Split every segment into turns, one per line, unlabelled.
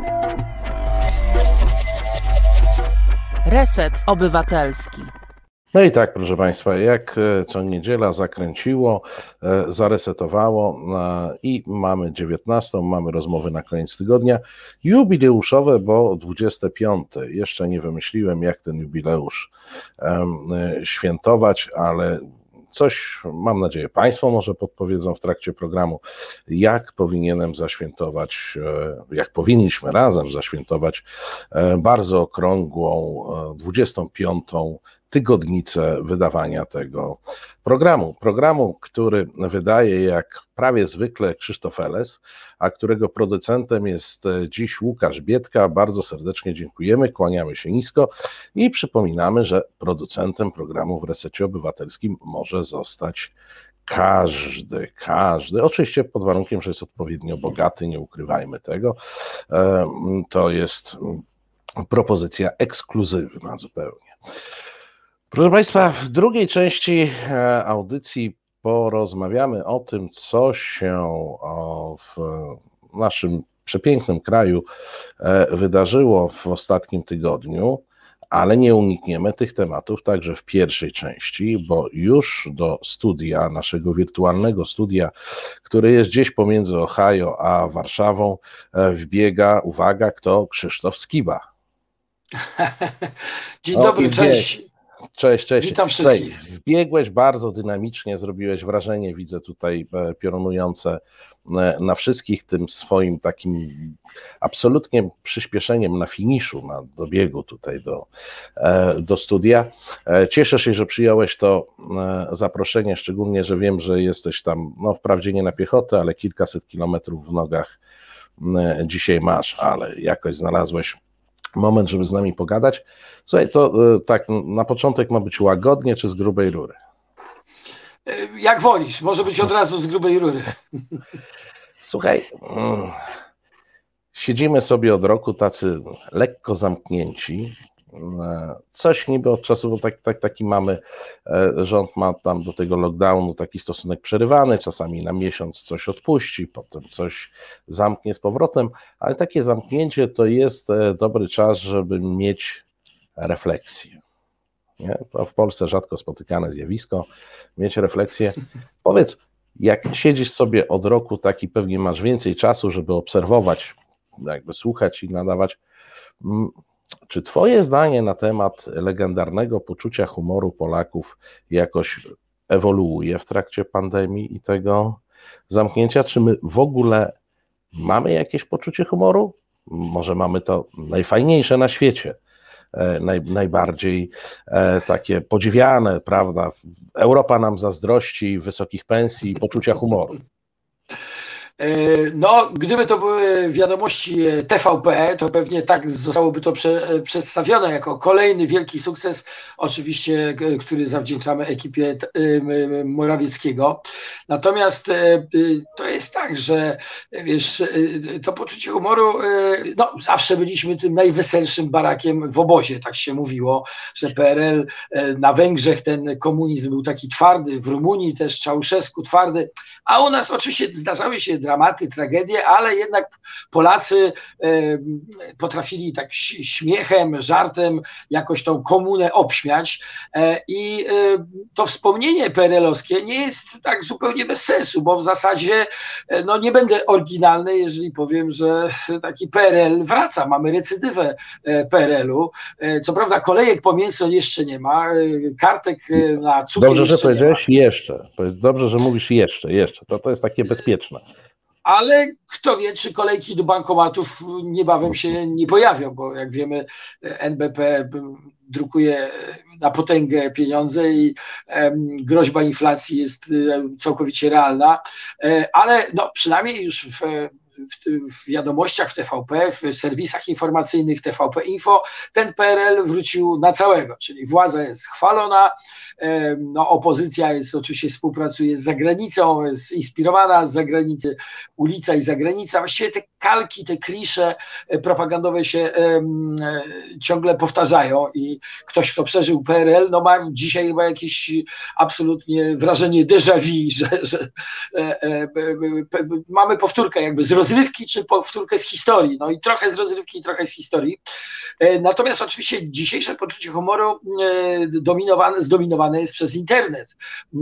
Reset Obywatelski.
No i tak, proszę Państwa, jak co niedziela zakręciło, zaresetowało i mamy 19, mamy rozmowy na koniec tygodnia, jubileuszowe, bo 25. Jeszcze nie wymyśliłem, jak ten jubileusz świętować, ale coś, mam nadzieję, Państwo może podpowiedzą w trakcie programu, jak powinienem zaświętować, jak powinniśmy razem zaświętować bardzo okrągłą 25. tygodnicę wydawania tego programu, który wydaje jak prawie zwykle Krzysztof Eles, a którego producentem jest dziś Łukasz Biedka. Bardzo serdecznie dziękujemy, kłaniamy się nisko i przypominamy, że producentem programu w Resecie Obywatelskim może zostać każdy, oczywiście pod warunkiem, że jest odpowiednio bogaty, nie ukrywajmy tego. To jest propozycja ekskluzywna zupełnie. Proszę Państwa, w drugiej części audycji porozmawiamy o tym, co się w naszym przepięknym kraju wydarzyło w ostatnim tygodniu, ale nie unikniemy tych tematów także w pierwszej części, bo już do studia, naszego wirtualnego studia, które jest gdzieś pomiędzy Ohio a Warszawą, wbiega, uwaga, kto? Krzysztof Skiba.
Dzień dobry, cześć.
Cześć.
Witam wszystkich.
Wbiegłeś bardzo dynamicznie, zrobiłeś wrażenie, widzę tutaj piorunujące na wszystkich tym swoim takim absolutnie przyspieszeniem na finiszu, na dobiegu tutaj do studia. Cieszę się, że przyjąłeś to zaproszenie, szczególnie, że wiem, że jesteś tam, no wprawdzie nie na piechotę, ale kilkaset kilometrów w nogach dzisiaj masz, ale jakoś znalazłeś moment, żeby z nami pogadać. Słuchaj, to tak na początek ma być łagodnie, czy z grubej rury?
Jak wolisz, może być od razu z grubej rury.
Słuchaj, siedzimy sobie od roku tacy lekko zamknięci. Coś niby od czasu, bo taki mamy, rząd ma tam do tego lockdownu taki stosunek przerywany, czasami na miesiąc coś odpuści, potem coś zamknie z powrotem, ale takie zamknięcie to jest dobry czas, żeby mieć refleksję. Nie? To w Polsce rzadko spotykane zjawisko, mieć refleksję. Powiedz, jak siedzisz sobie od roku, taki pewnie masz więcej czasu, żeby obserwować, jakby słuchać i nadawać. Czy twoje zdanie na temat legendarnego poczucia humoru Polaków jakoś ewoluuje w trakcie pandemii i tego zamknięcia? Czy my w ogóle mamy jakieś poczucie humoru? Może mamy to najfajniejsze na świecie, najbardziej takie podziwiane, prawda? Europa nam zazdrości wysokich pensji i poczucia humoru.
No, gdyby to były wiadomości TVP, to pewnie tak zostałoby to przedstawione jako kolejny wielki sukces, oczywiście, który zawdzięczamy ekipie Morawieckiego. Natomiast to jest tak, że wiesz, to poczucie humoru, no zawsze byliśmy tym najweselszym barakiem w obozie, tak się mówiło, że PRL, na Węgrzech ten komunizm był taki twardy, w Rumunii też Ceaușescu twardy, a u nas oczywiście zdarzały się dramaty, tragedie, ale jednak Polacy potrafili tak śmiechem, żartem jakoś tą komunę obśmiać i to wspomnienie PRL-owskie nie jest tak zupełnie bez sensu, bo w zasadzie no nie będę oryginalny, jeżeli powiem, że taki PRL wraca, mamy recydywę PRL-u. Co prawda kolejek po mięso jeszcze nie ma, kartek na cukier
Dobrze,
jeszcze
że powiedziałeś
nie ma.
jeszcze. Dobrze, że mówisz jeszcze. To jest takie bezpieczne.
Ale kto wie, czy kolejki do bankomatów niebawem się nie pojawią, bo jak wiemy NBP drukuje na potęgę pieniądze i groźba inflacji jest całkowicie realna, ale no przynajmniej już w wiadomościach w TVP, w serwisach informacyjnych TVP Info, ten PRL wrócił na całego, czyli władza jest chwalona, no opozycja jest oczywiście współpracuje z zagranicą, jest inspirowana z zagranicy, ulica i zagranica, właściwie te kalki, te klisze propagandowe się ciągle powtarzają i ktoś, kto przeżył PRL, no ma dzisiaj chyba jakieś absolutnie wrażenie déjà vu, że mamy powtórkę jakby z rozrywki, czy powtórkę z historii, no i trochę z rozrywki, trochę z historii. Natomiast oczywiście dzisiejsze poczucie humoru zdominowane jest przez internet.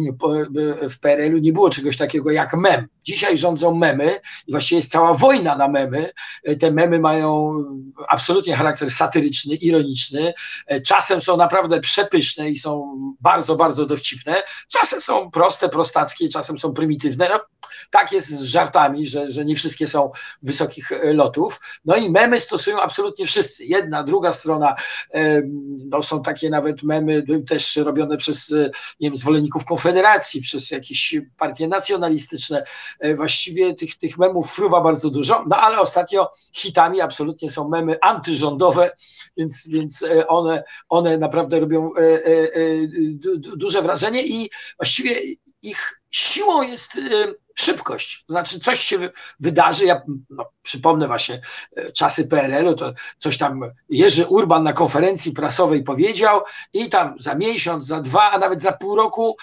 W PRL-u nie było czegoś takiego jak mem. Dzisiaj rządzą memy i właściwie jest cała wojna na memy. Te memy mają absolutnie charakter satyryczny, ironiczny. Czasem są naprawdę przepyszne i są bardzo, bardzo dowcipne. Czasem są proste, prostackie, czasem są prymitywne. No, tak jest z żartami, że nie wszystkie są wysokich lotów. No i memy stosują absolutnie wszyscy. Jedna, druga strona. No są takie nawet memy też robione przez, nie wiem, zwolenników Konfederacji, przez jakieś partie nacjonalistyczne. Właściwie tych memów fruwa bardzo dużo, no ale ostatnio hitami absolutnie są memy antyrządowe, więc one naprawdę robią duże wrażenie i właściwie ich siłą jest szybkość. To znaczy coś się wydarzy, ja przypomnę właśnie czasy PRL-u, to coś tam Jerzy Urban na konferencji prasowej powiedział i tam za miesiąc, za 2, a nawet za pół roku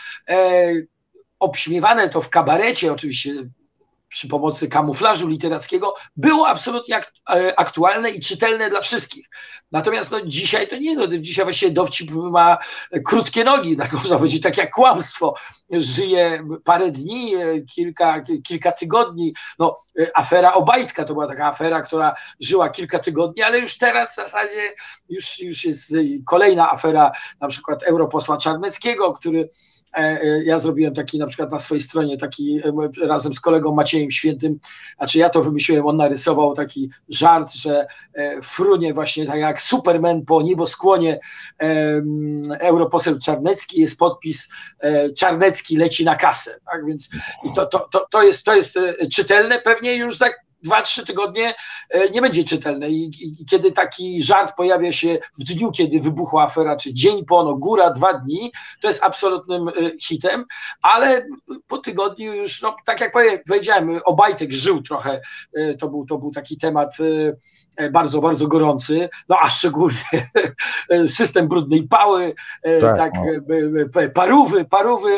obśmiewane to w kabarecie, oczywiście przy pomocy kamuflażu literackiego, było absolutnie aktualne i czytelne dla wszystkich. Natomiast no, dzisiaj to nie, no, dzisiaj właściwie dowcip ma krótkie nogi, tak można powiedzieć, tak jak kłamstwo. Żyje parę dni, kilka tygodni. No, afera Obajtka to była taka afera, która żyła kilka tygodni, ale już teraz w zasadzie już jest kolejna afera, na przykład europosła Czarneckiego, który ja zrobiłem taki na przykład na swojej stronie, taki razem z kolegą Maciejem Świętym, znaczy ja to wymyśliłem, on narysował taki żart, że frunie właśnie tak jak Superman po nieboskłonie europoseł Czarnecki, jest podpis Czarnecki leci na kasę, tak? Więc i to jest czytelne, pewnie już za 2-3 tygodnie nie będzie czytelne i kiedy taki żart pojawia się w dniu, kiedy wybuchła afera, czy dzień po, no góra 2 dni, to jest absolutnym hitem, ale po tygodniu już, no tak jak powiedziałem, Obajtek żył trochę, to był taki temat bardzo, bardzo gorący, no a szczególnie system brudnej pały, tak, parówy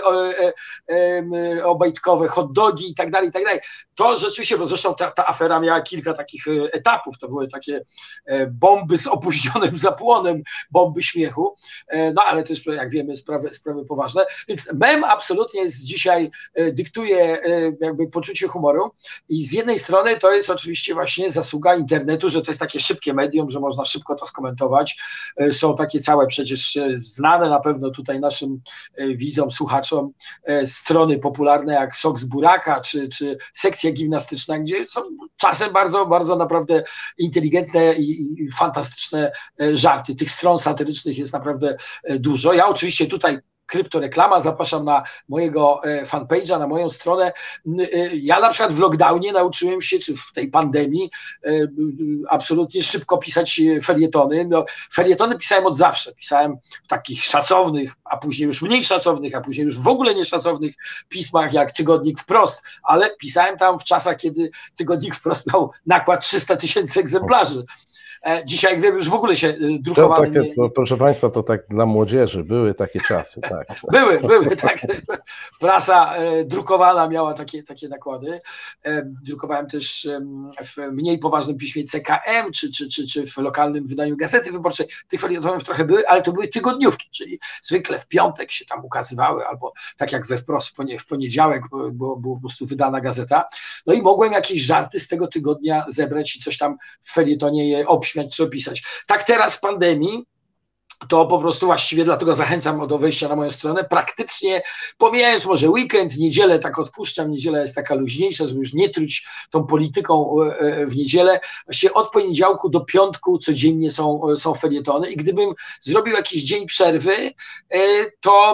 obajtkowe, hot dogi i tak dalej, i tak dalej. To rzeczywiście, bo zresztą ta afera miała kilka takich etapów, to były takie bomby z opóźnionym zapłonem, bomby śmiechu, no ale też jak wiemy sprawy poważne, więc mem absolutnie jest dzisiaj, dyktuje jakby poczucie humoru i z jednej strony to jest oczywiście właśnie zasługa internetu, że to jest takie szybkie medium, że można szybko to skomentować, są takie całe przecież znane na pewno tutaj naszym widzom, słuchaczom strony popularne jak Sok z Buraka czy sekcja gimnastyczna, gdzie są czasem bardzo, bardzo naprawdę inteligentne i fantastyczne żarty. Tych stron satyrycznych jest naprawdę dużo. Ja oczywiście tutaj kryptoreklama, zapraszam na mojego fanpage'a, na moją stronę. Ja na przykład w lockdownie nauczyłem się, czy w tej pandemii, absolutnie szybko pisać felietony. No, felietony pisałem od zawsze. Pisałem w takich szacownych, a później już mniej szacownych, a później już w ogóle nieszacownych pismach, jak Tygodnik Wprost, ale pisałem tam w czasach, kiedy Tygodnik Wprost miał nakład 300 000 egzemplarzy. Dzisiaj, jak wiem, już w ogóle się drukowały.
Proszę Państwa, to tak dla młodzieży, były takie czasy, tak.
Były, tak. Prasa drukowana miała takie nakłady. Drukowałem też w mniej poważnym piśmie CKM, czy w lokalnym wydaniu Gazety Wyborczej. Tych felietonów trochę były, ale to były tygodniówki, czyli zwykle w piątek się tam ukazywały, albo tak jak we Wprost w poniedziałek była po prostu wydana gazeta. No i mogłem jakieś żarty z tego tygodnia zebrać i coś tam w felietonie je obśmiać, czy opisać. Tak teraz w pandemii, to po prostu właściwie dlatego zachęcam do wejścia na moją stronę, praktycznie pomijając może weekend, niedzielę tak odpuszczam, niedziela jest taka luźniejsza, żeby już nie truć tą polityką w niedzielę, właściwie od poniedziałku do piątku codziennie są felietony i gdybym zrobił jakiś dzień przerwy, to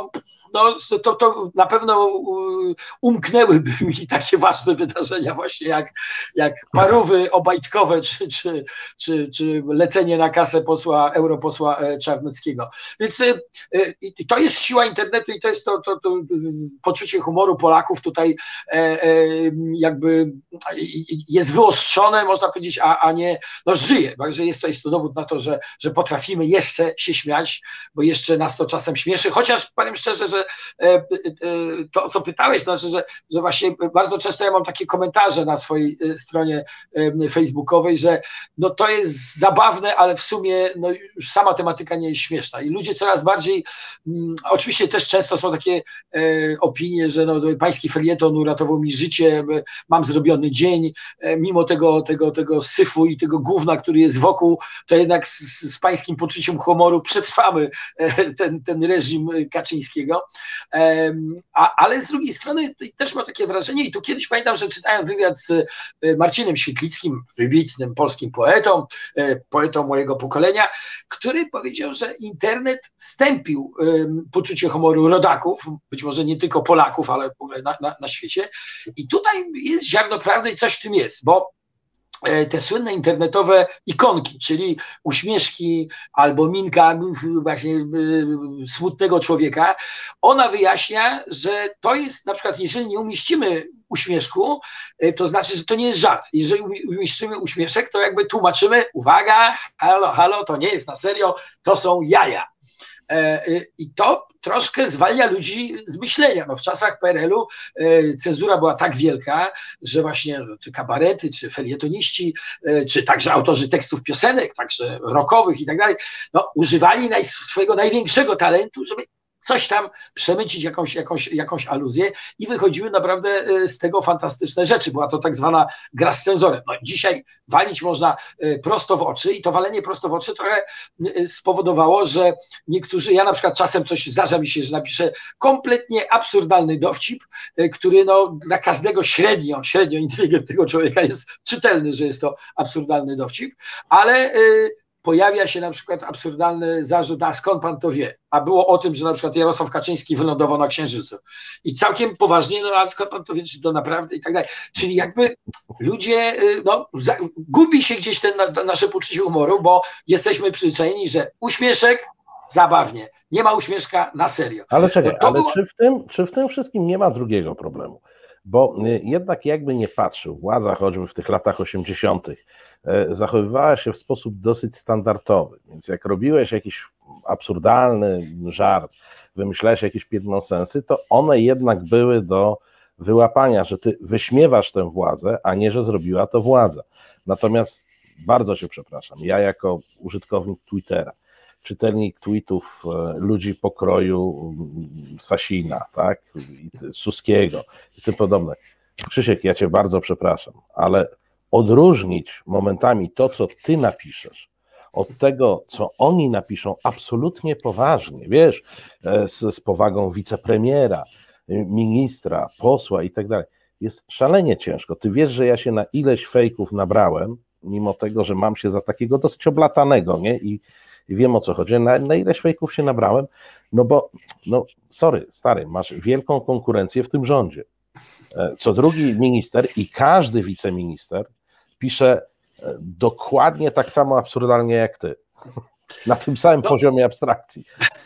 no, to na pewno umknęłyby mi takie ważne wydarzenia właśnie jak parówy obajtkowe czy lecenie na kasę europosła Czarneckiego. Więc to jest siła internetu i to jest to poczucie humoru Polaków tutaj jakby jest wyostrzone, można powiedzieć, a nie żyje. Także jest to dowód na to, że potrafimy jeszcze się śmiać, bo jeszcze nas to czasem śmieszy, chociaż powiem szczerze, że to, o co pytałeś, znaczy, że właśnie bardzo często ja mam takie komentarze na swojej stronie facebookowej, że no to jest zabawne, ale w sumie no już sama tematyka nie jest śmieszna i ludzie coraz bardziej, oczywiście też często są takie opinie, że no, pański felieton uratował mi życie, mam zrobiony dzień, mimo tego syfu i tego gówna, który jest wokół, to jednak z pańskim poczuciem humoru przetrwamy ten reżim Kaczyńskiego. Ale z drugiej strony też mam takie wrażenie i tu kiedyś pamiętam, że czytałem wywiad z Marcinem Świetlickim, wybitnym polskim poetą mojego pokolenia, który powiedział, że internet stępił poczucie humoru rodaków, być może nie tylko Polaków, ale w ogóle na świecie. I tutaj jest ziarno prawdy i coś w tym jest, bo te słynne internetowe ikonki, czyli uśmieszki albo minka właśnie smutnego człowieka, ona wyjaśnia, że to jest na przykład, jeżeli nie umieścimy uśmieszku, to znaczy, że to nie jest żart. Jeżeli umieścimy uśmieszek, to jakby tłumaczymy, uwaga, halo, to nie jest na serio, to są jaja. I to troszkę zwalnia ludzi z myślenia. No w czasach PRL-u cenzura była tak wielka, że właśnie czy kabarety, czy felietoniści, czy także autorzy tekstów piosenek, także rockowych i tak dalej, no używali swojego największego talentu, żeby coś tam przemycić, jakąś aluzję i wychodziły naprawdę z tego fantastyczne rzeczy. Była to tak zwana gra z cenzorem. No, dzisiaj walić można prosto w oczy i to walenie prosto w oczy trochę spowodowało, że niektórzy, ja na przykład czasem zdarza mi się, że napiszę kompletnie absurdalny dowcip, który no, dla każdego średnio inteligentnego człowieka jest czytelny, że jest to absurdalny dowcip, ale pojawia się na przykład absurdalny zarzut, a skąd pan to wie? A było o tym, że na przykład Jarosław Kaczyński wylądował na Księżycu. I całkiem poważnie, no a skąd pan to wie, czy to naprawdę i tak dalej. Czyli jakby ludzie, no gubi się gdzieś nasze poczucie humoru, bo jesteśmy przyzwyczajeni, że uśmieszek, zabawnie. Nie ma uśmieszka na serio.
Ale czekaj, ale czy w tym wszystkim nie ma drugiego problemu? Bo jednak jakby nie patrzył, władza choćby w tych latach 80. zachowywała się w sposób dosyć standardowy, więc jak robiłeś jakiś absurdalny żart, wymyślałeś jakieś pierdolonsensy, to one jednak były do wyłapania, że ty wyśmiewasz tę władzę, a nie, że zrobiła to władza. Natomiast bardzo cię przepraszam, ja jako użytkownik Twittera, czytelnik tweetów ludzi pokroju Sasina, tak, Suskiego i tym podobne. Krzysiek, ja cię bardzo przepraszam, ale odróżnić momentami to, co ty napiszesz, od tego, co oni napiszą absolutnie poważnie, wiesz, z powagą wicepremiera, ministra, posła i tak dalej, jest szalenie ciężko. Ty wiesz, że ja się na ileś fejków nabrałem, mimo tego, że mam się za takiego dosyć oblatanego, nie? I wiem, o co chodzi. Na ileś fejków się nabrałem, no bo, no sorry, stary, masz wielką konkurencję w tym rządzie. Co drugi minister i każdy wiceminister pisze dokładnie tak samo absurdalnie jak ty. Na tym samym poziomie abstrakcji.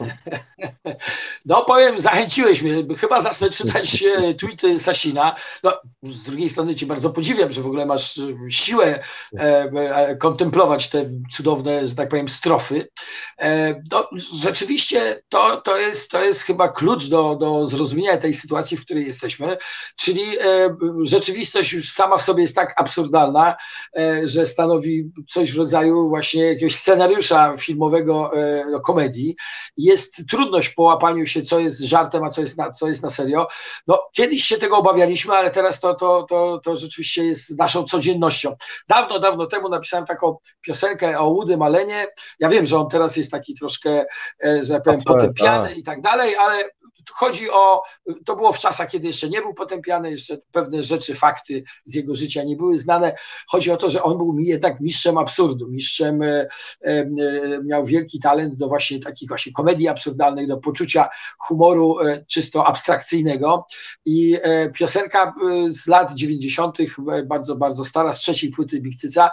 No powiem, zachęciłeś mnie, chyba zacznę czytać tweety Sasina. No, z drugiej strony cię bardzo podziwiam, że w ogóle masz siłę kontemplować te cudowne, że tak powiem, strofy. No, rzeczywiście to jest chyba klucz do zrozumienia tej sytuacji, w której jesteśmy, czyli rzeczywistość już sama w sobie jest tak absurdalna, że stanowi coś w rodzaju właśnie jakiegoś scenariusza filmowego komedii. Jest trudność po łapaniu się, co jest żartem, a co jest na serio. No, kiedyś się tego obawialiśmy, ale teraz to rzeczywiście jest naszą codziennością. Dawno temu napisałem taką piosenkę o Woodym Allenie. Ja wiem, że on teraz jest taki troszkę, że tak powiem, potępiany i tak dalej, ale chodzi o, to było w czasach, kiedy jeszcze nie był potępiany, jeszcze pewne rzeczy, fakty z jego życia nie były znane. Chodzi o to, że on był jednak mistrzem absurdu, mistrzem miał wielki talent do właśnie takich właśnie komedii absurdalnych, do poczucia humoru czysto abstrakcyjnego i piosenka z lat 90. bardzo, bardzo stara, z trzeciej płyty Big Cyca,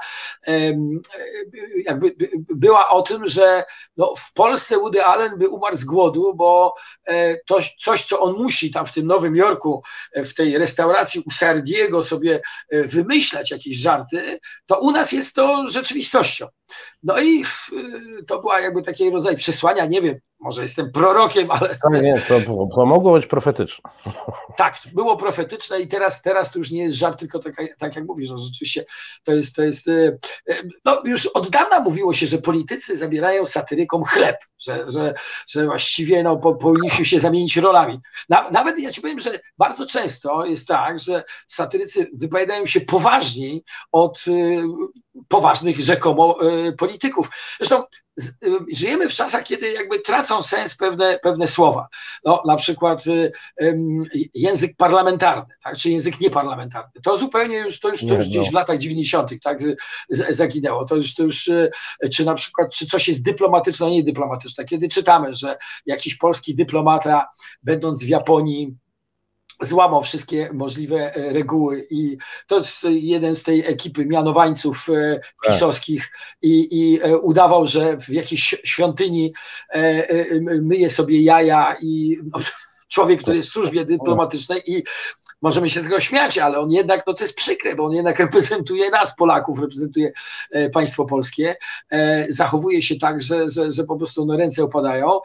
jakby była o tym, że no, w Polsce Woody Allen by umarł z głodu, bo coś, co on musi tam w tym Nowym Jorku, w tej restauracji u Sardiego sobie wymyślać jakieś żarty, to u nas jest to rzeczywistością. No i to była jakby taki rodzaj przesłania, nie wiem, może jestem prorokiem, ale...
Nie, to mogło być profetyczne.
Tak, było profetyczne i teraz to już nie jest żart, tylko tak jak mówisz, że rzeczywiście to jest no już od dawna mówiło się, że politycy zabierają satyrykom chleb, że właściwie no, powinniśmy się zamienić rolami. Nawet ja ci powiem, że bardzo często jest tak, że satyrycy wypowiadają się poważniej od poważnych rzekomo polityków. Zresztą żyjemy w czasach, kiedy jakby tracą sens pewne słowa. No, na przykład język parlamentarny, tak, czy język nieparlamentarny. To zupełnie już gdzieś w latach 90. tak, zaginęło. To już czy na przykład, czy coś jest dyplomatyczne, nie dyplomatyczne. Kiedy czytamy, że jakiś polski dyplomata, będąc w Japonii, złamał wszystkie możliwe reguły i to jest jeden z tej ekipy mianowańców pisowskich i udawał, że w jakiejś świątyni myje sobie jaja i człowiek, który jest w służbie dyplomatycznej i możemy się z tego śmiać, ale on jednak, no to jest przykre, bo on jednak reprezentuje nas, Polaków, reprezentuje państwo polskie, zachowuje się tak, że po prostu no, ręce opadają,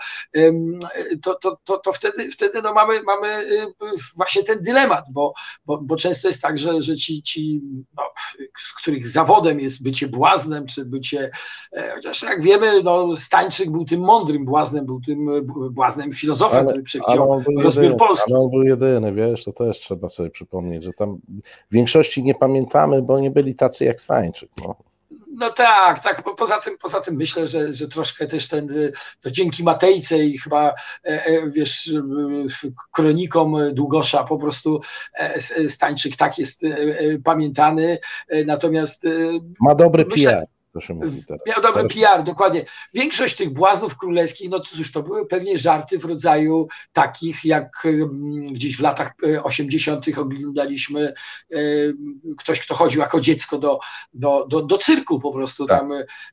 to wtedy no, mamy właśnie ten dylemat, bo często jest tak, że ci no, których zawodem jest bycie błaznem, czy bycie, chociaż jak wiemy, no, Stańczyk był tym mądrym błaznem, był tym błaznem filozofem, który przewidział rozbiór Polski.
Ale on był jedyny, wiesz, to też trzeba sobie przypomnieć, że tam w większości nie pamiętamy, bo nie byli tacy jak Stańczyk.
No tak. Poza tym myślę, że troszkę też to dzięki Matejce i chyba, wiesz, kronikom Długosza po prostu Stańczyk tak jest pamiętany, natomiast...
Ma dobry PR.
Miał dobry PR, dokładnie. Większość tych błaznów królewskich, no cóż, to były pewnie żarty w rodzaju takich, jak gdzieś w latach 80. oglądaliśmy ktoś, kto chodził jako dziecko do cyrku po prostu, tak. Tam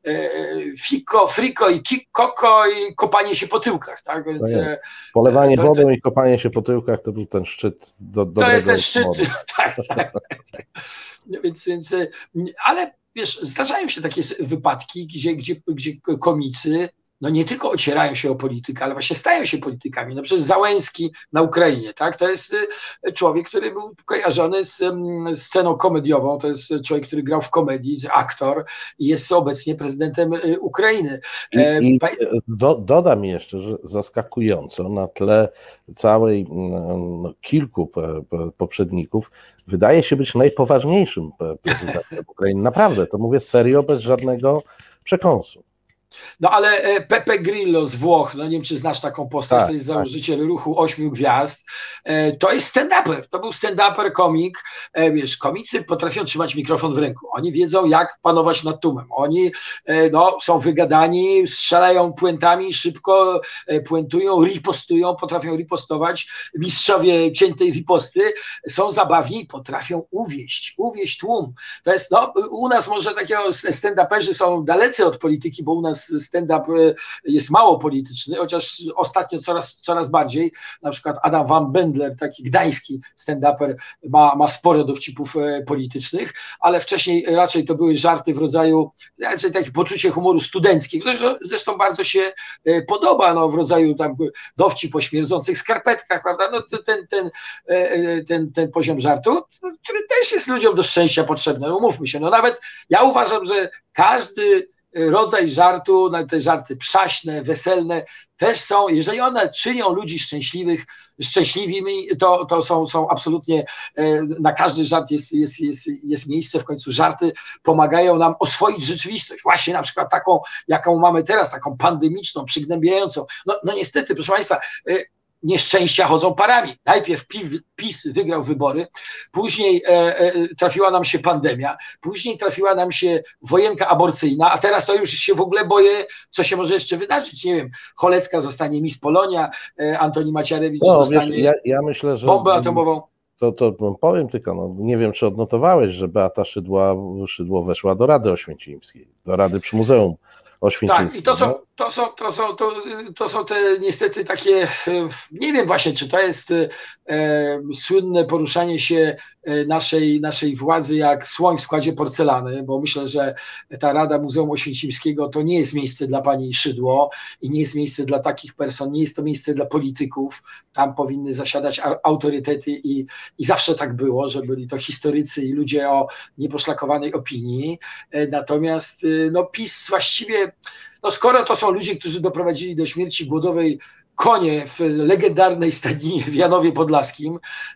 fiko, friko i koko i kopanie się po tyłkach, tak? Więc,
polewanie wodą i kopanie się po tyłkach to był ten szczyt
to jest ten szczyt, tak. Więc, ale wiesz, zdarzają się takie wypadki, gdzie komicy no nie tylko ocierają się o politykę, ale właśnie stają się politykami. No przecież Załęski na Ukrainie, tak? To jest człowiek, który był kojarzony z sceną komediową, to jest człowiek, który grał w komedii, aktor i jest obecnie prezydentem Ukrainy.
Dodam jeszcze, że zaskakująco na tle całej kilku poprzedników wydaje się być najpoważniejszym prezydentem Ukrainy. Naprawdę, to mówię serio, bez żadnego przekąsu.
No ale Pepe Grillo z Włoch, no nie wiem, czy znasz taką postać,
tak,
to jest założyciel ruchu 8 Gwiazd, to jest stand-uper, to był stand-uper, komik, wiesz, komicy potrafią trzymać mikrofon w ręku, oni wiedzą, jak panować nad tłumem, oni no, są wygadani, strzelają puentami, szybko puentują, ripostują, potrafią ripostować, mistrzowie ciętej riposty są zabawni i potrafią uwieść tłum. To jest, no, u nas może takiego stand-uperzy są dalecy od polityki, bo u nas stand-up jest mało polityczny, chociaż ostatnio coraz bardziej, na przykład Adam Van Bendler, taki gdański stand-uper, ma sporo dowcipów politycznych, ale wcześniej raczej to były żarty w rodzaju, takie poczucie humoru studenckiego, które zresztą bardzo się podoba, no, w rodzaju tam dowcip o śmierdzących skarpetkach, prawda, no, ten poziom żartu, który też jest ludziom do szczęścia potrzebny, umówmy się, no nawet ja uważam, że każdy rodzaj żartu, te żarty przaśne, weselne też są, jeżeli one czynią ludzi szczęśliwymi, to są absolutnie, na każdy żart jest miejsce, w końcu żarty pomagają nam oswoić rzeczywistość, właśnie na przykład taką, jaką mamy teraz, taką pandemiczną, przygnębiającą. No niestety, proszę Państwa, nieszczęścia chodzą parami. Najpierw PiS wygrał wybory, później trafiła nam się pandemia, później trafiła nam się wojenka aborcyjna, a teraz to już się w ogóle boję, co się może jeszcze wydarzyć. Nie wiem, Cholecka zostanie Miss Polonia, Antoni Macierewicz dostanie
ja myślę, że
bombę atomową.
To powiem tylko, no, nie wiem, czy odnotowałeś, że Beata Szydło weszła do Rady Oświęcimskiej, do Rady przy Muzeum Oświęcimskim.
Tak, i to są te niestety takie, nie wiem właśnie, czy to jest słynne poruszanie się naszej władzy jak słoń w składzie porcelany, bo myślę, że ta Rada Muzeum Oświęcimskiego to nie jest miejsce dla pani Szydło i nie jest miejsce dla takich person, nie jest to miejsce dla polityków, tam powinny zasiadać autorytety i zawsze tak było, że byli to historycy i ludzie o nieposzlakowanej opinii, natomiast no PiS właściwie, no skoro to są ludzie, którzy doprowadzili do śmierci głodowej konie w legendarnej stadninie w Janowie Podlaskim,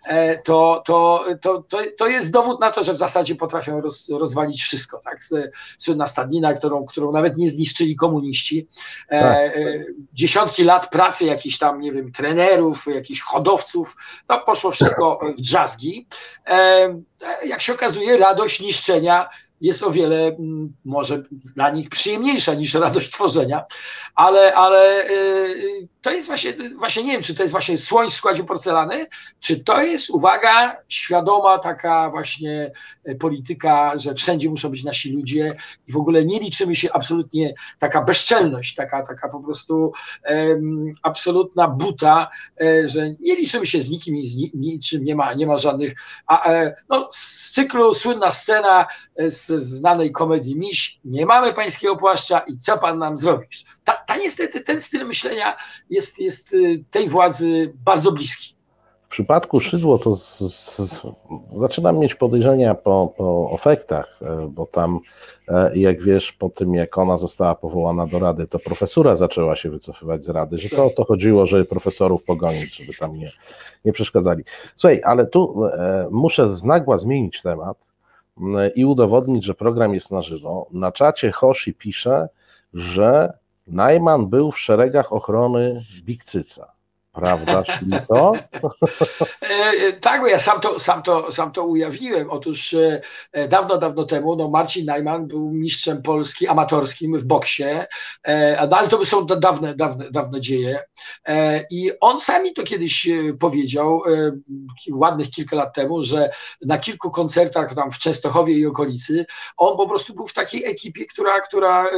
to jest dowód na to, że w zasadzie potrafią rozwalić wszystko. Tak? Słynna stadnina, którą nawet nie zniszczyli komuniści. Dziesiątki lat pracy jakichś tam, nie wiem, trenerów, jakichś hodowców, to poszło wszystko w drzazgi. Jak się okazuje, radość niszczenia jest o wiele może dla nich przyjemniejsza niż radość tworzenia, ale to jest właśnie nie wiem, czy to jest właśnie słoń w składzie porcelany, czy to jest, uwaga, świadoma taka właśnie polityka, że wszędzie muszą być nasi ludzie i w ogóle nie liczymy się absolutnie, taka bezczelność, taka po prostu absolutna buta, że nie liczymy się z nikim i z niczym, nie ma żadnych, no, z cyklu słynna scena z znanej komedii Miś, nie mamy pańskiego płaszcza i co pan nam zrobisz? Niestety ten styl myślenia jest tej władzy bardzo bliski.
W przypadku Szydło to zaczynam mieć podejrzenia po efektach, bo tam, jak wiesz, po tym jak ona została powołana do Rady, to profesura zaczęła się wycofywać z Rady, że to o to chodziło, żeby profesorów pogonić, żeby tam nie przeszkadzali. Słuchaj, ale tu muszę nagła zmienić temat i udowodnić, że program jest na żywo. Na czacie Hoshi pisze, że Najman był w szeregach ochrony Bikcyca. Prawda, czyli to?
Tak, bo ja sam to ujawniłem. Otóż dawno temu no Marcin Najman był mistrzem Polski amatorskim w boksie, ale to są dawne dzieje. I on sami to kiedyś powiedział, ładnych kilka lat temu, że na kilku koncertach tam w Częstochowie i okolicy on po prostu był w takiej ekipie, która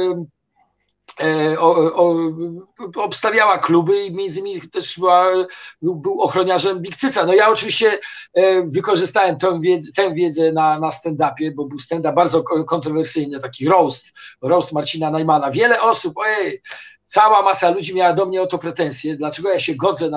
obstawiała kluby i między innymi też był ochroniarzem Bikcyca. No ja oczywiście wykorzystałem tę wiedzę na stand-upie, bo był stand-up bardzo kontrowersyjny, taki roast Marcina Najmana. Wiele osób, cała masa ludzi miała do mnie o to pretensje, dlaczego ja się godzę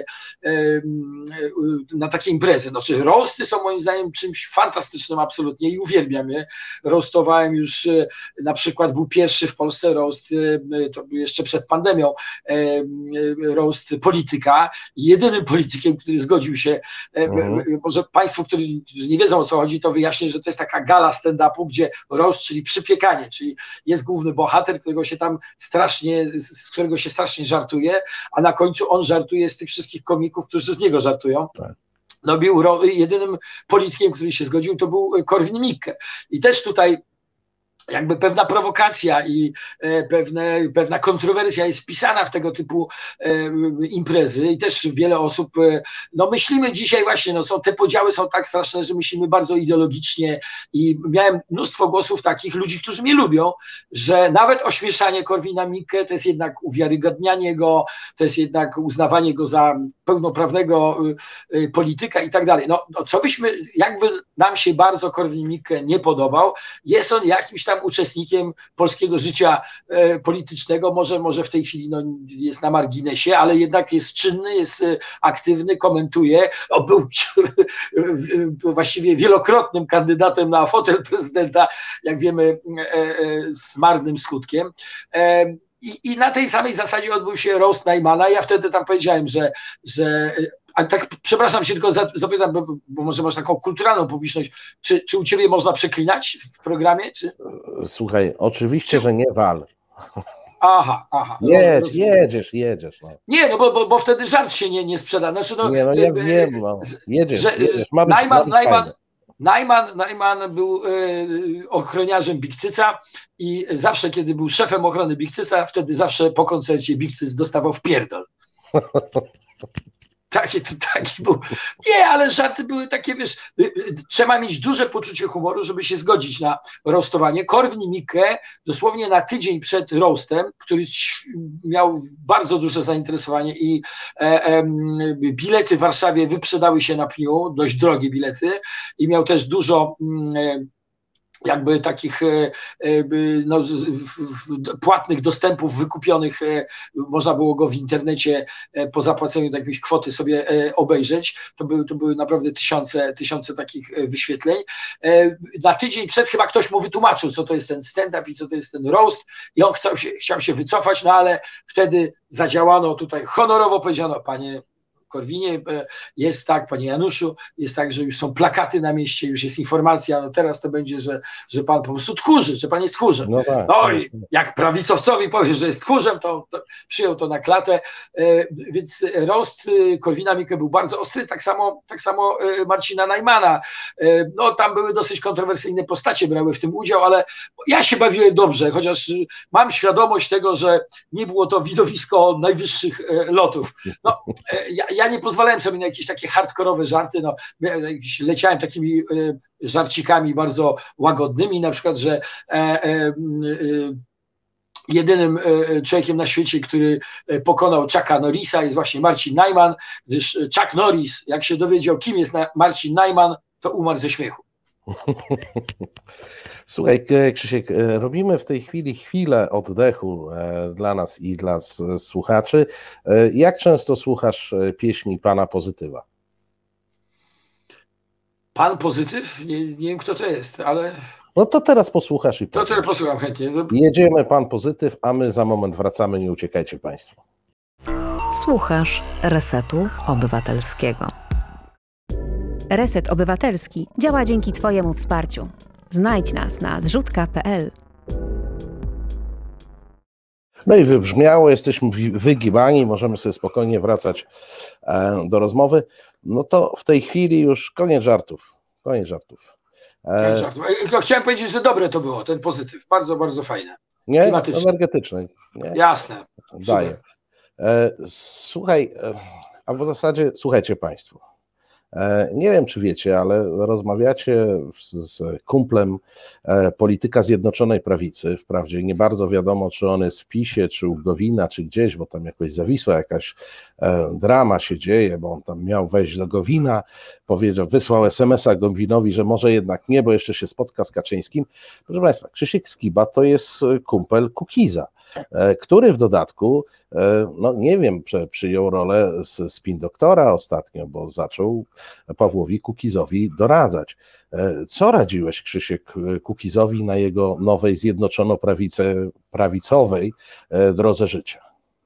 na takie imprezy. Znaczy roasty są moim zdaniem czymś fantastycznym absolutnie i uwielbiam je. Roastowałem już, na przykład był pierwszy w Polsce roast, to jeszcze przed pandemią, roast polityka. Jedynym politykiem, który zgodził się, może Państwo, którzy nie wiedzą o co chodzi, to wyjaśnię, że to jest taka gala stand-upu, gdzie roast, czyli przypiekanie, czyli jest główny bohater, z którego się strasznie żartuje, a na końcu on żartuje z tych wszystkich komików, którzy z niego żartują. Tak. No był jedynym politykiem, który się zgodził, to był Korwin-Mikke. I też tutaj jakby pewna prowokacja i pewna kontrowersja jest wpisana w tego typu imprezy i też wiele osób, no myślimy dzisiaj właśnie, no te podziały są tak straszne, że myślimy bardzo ideologicznie i miałem mnóstwo głosów takich ludzi, którzy mnie lubią, że nawet ośmieszanie Korwina-Mikke to jest jednak uwiarygadnianie go, to jest jednak uznawanie go za pełnoprawnego polityka i tak dalej. No co byśmy, jakby nam się bardzo Korwin-Mikke nie podobał, jest on jakimś tam uczestnikiem polskiego życia politycznego, może w tej chwili jest na marginesie, ale jednak jest czynny, jest aktywny, komentuje. Był właściwie wielokrotnym kandydatem na fotel prezydenta, jak wiemy, z marnym skutkiem. I na tej samej zasadzie odbył się roast Najmana. Ja wtedy tam powiedziałem, że a tak, przepraszam się, tylko zapytam, bo może masz taką kulturalną publiczność, czy u ciebie można przeklinać w programie? Czy?
Słuchaj, oczywiście, że nie wal.
Aha.
Jedziesz. No.
Nie, no bo wtedy żart się nie sprzeda. Znaczy, no,
Nie, no ja wiem, no. Jedziesz. Ma być
Najman był ochroniarzem Big Cyca i zawsze, kiedy był szefem ochrony Big Cyca, wtedy zawsze po koncercie Big Cyc dostawał w pierdol. Taki był. Nie, ale żarty były takie, wiesz, trzeba mieć duże poczucie humoru, żeby się zgodzić na roastowanie. Korwin-Mikke dosłownie na tydzień przed roastem, który miał bardzo duże zainteresowanie i bilety w Warszawie wyprzedały się na pniu, dość drogie bilety i miał też dużo jakby takich no, płatnych dostępów wykupionych, można było go w internecie po zapłaceniu jakiejś kwoty sobie obejrzeć. To były naprawdę tysiące takich wyświetleń. Na tydzień przed chyba ktoś mu wytłumaczył, co to jest ten stand-up i co to jest ten roast i on chciał się wycofać, no ale wtedy zadziałano tutaj honorowo, powiedziano: panie Korwinie, jest tak, panie Januszu, jest tak, że już są plakaty na mieście, już jest informacja, no teraz to będzie, że pan po prostu tchórzy, że pan jest tchórzem.
No, tak,
no i jak prawicowcowi powie, że jest tchórzem, to przyjął to na klatę, więc roast Korwina-Mikke był bardzo ostry, tak samo Marcina Najmana. No tam były dosyć kontrowersyjne postacie, brały w tym udział, ale ja się bawiłem dobrze, chociaż mam świadomość tego, że nie było to widowisko najwyższych lotów. No, ja nie pozwalałem sobie na jakieś takie hardkorowe żarty, no, leciałem takimi żarcikami bardzo łagodnymi, na przykład, że jedynym człowiekiem na świecie, który pokonał Chucka Norrisa, jest właśnie Marcin Najman, gdyż Chuck Norris, jak się dowiedział, kim jest Marcin Najman, to umarł ze śmiechu.
Słuchaj, Krzysiek, robimy w tej chwili chwilę oddechu dla nas i dla słuchaczy. Jak często słuchasz pieśni Pana Pozytywa?
Pan Pozytyw? Nie wiem, kto to jest, ale...
No to teraz posłuchasz i
to teraz posłucham chętnie.
Jedziemy Pan Pozytyw, a my za moment wracamy, nie uciekajcie Państwo.
Słuchasz Resetu Obywatelskiego.
Reset Obywatelski działa dzięki Twojemu wsparciu. Znajdź nas na zrzutka.pl.
No i wybrzmiało, jesteśmy wygibani, możemy sobie spokojnie wracać do rozmowy. No to w tej chwili już koniec żartów.
Chciałem powiedzieć, że dobre to było, ten Pozytyw. Bardzo, bardzo fajne.
Nie? Energetyczne. Nie?
Jasne.
Daję. Słuchaj, a w zasadzie słuchajcie Państwo. Nie wiem, czy wiecie, ale rozmawiacie z kumplem polityka Zjednoczonej Prawicy. Wprawdzie nie bardzo wiadomo, czy on jest w PiS-ie, czy u Gowina, czy gdzieś, bo tam jakoś zawisła jakaś drama się dzieje, bo on tam miał wejść do Gowina, wysłał SMS-a Gowinowi, że może jednak nie, bo jeszcze się spotka z Kaczyńskim. Proszę Państwa, Krzysiek Skiba to jest kumpel Kukiza, który w dodatku, no nie wiem, przyjął rolę spin doktora ostatnio, bo zaczął Pawłowi Kukizowi doradzać. Co radziłeś, Krzysiek, Kukizowi na jego nowej zjednoczono-prawicowej drodze życia?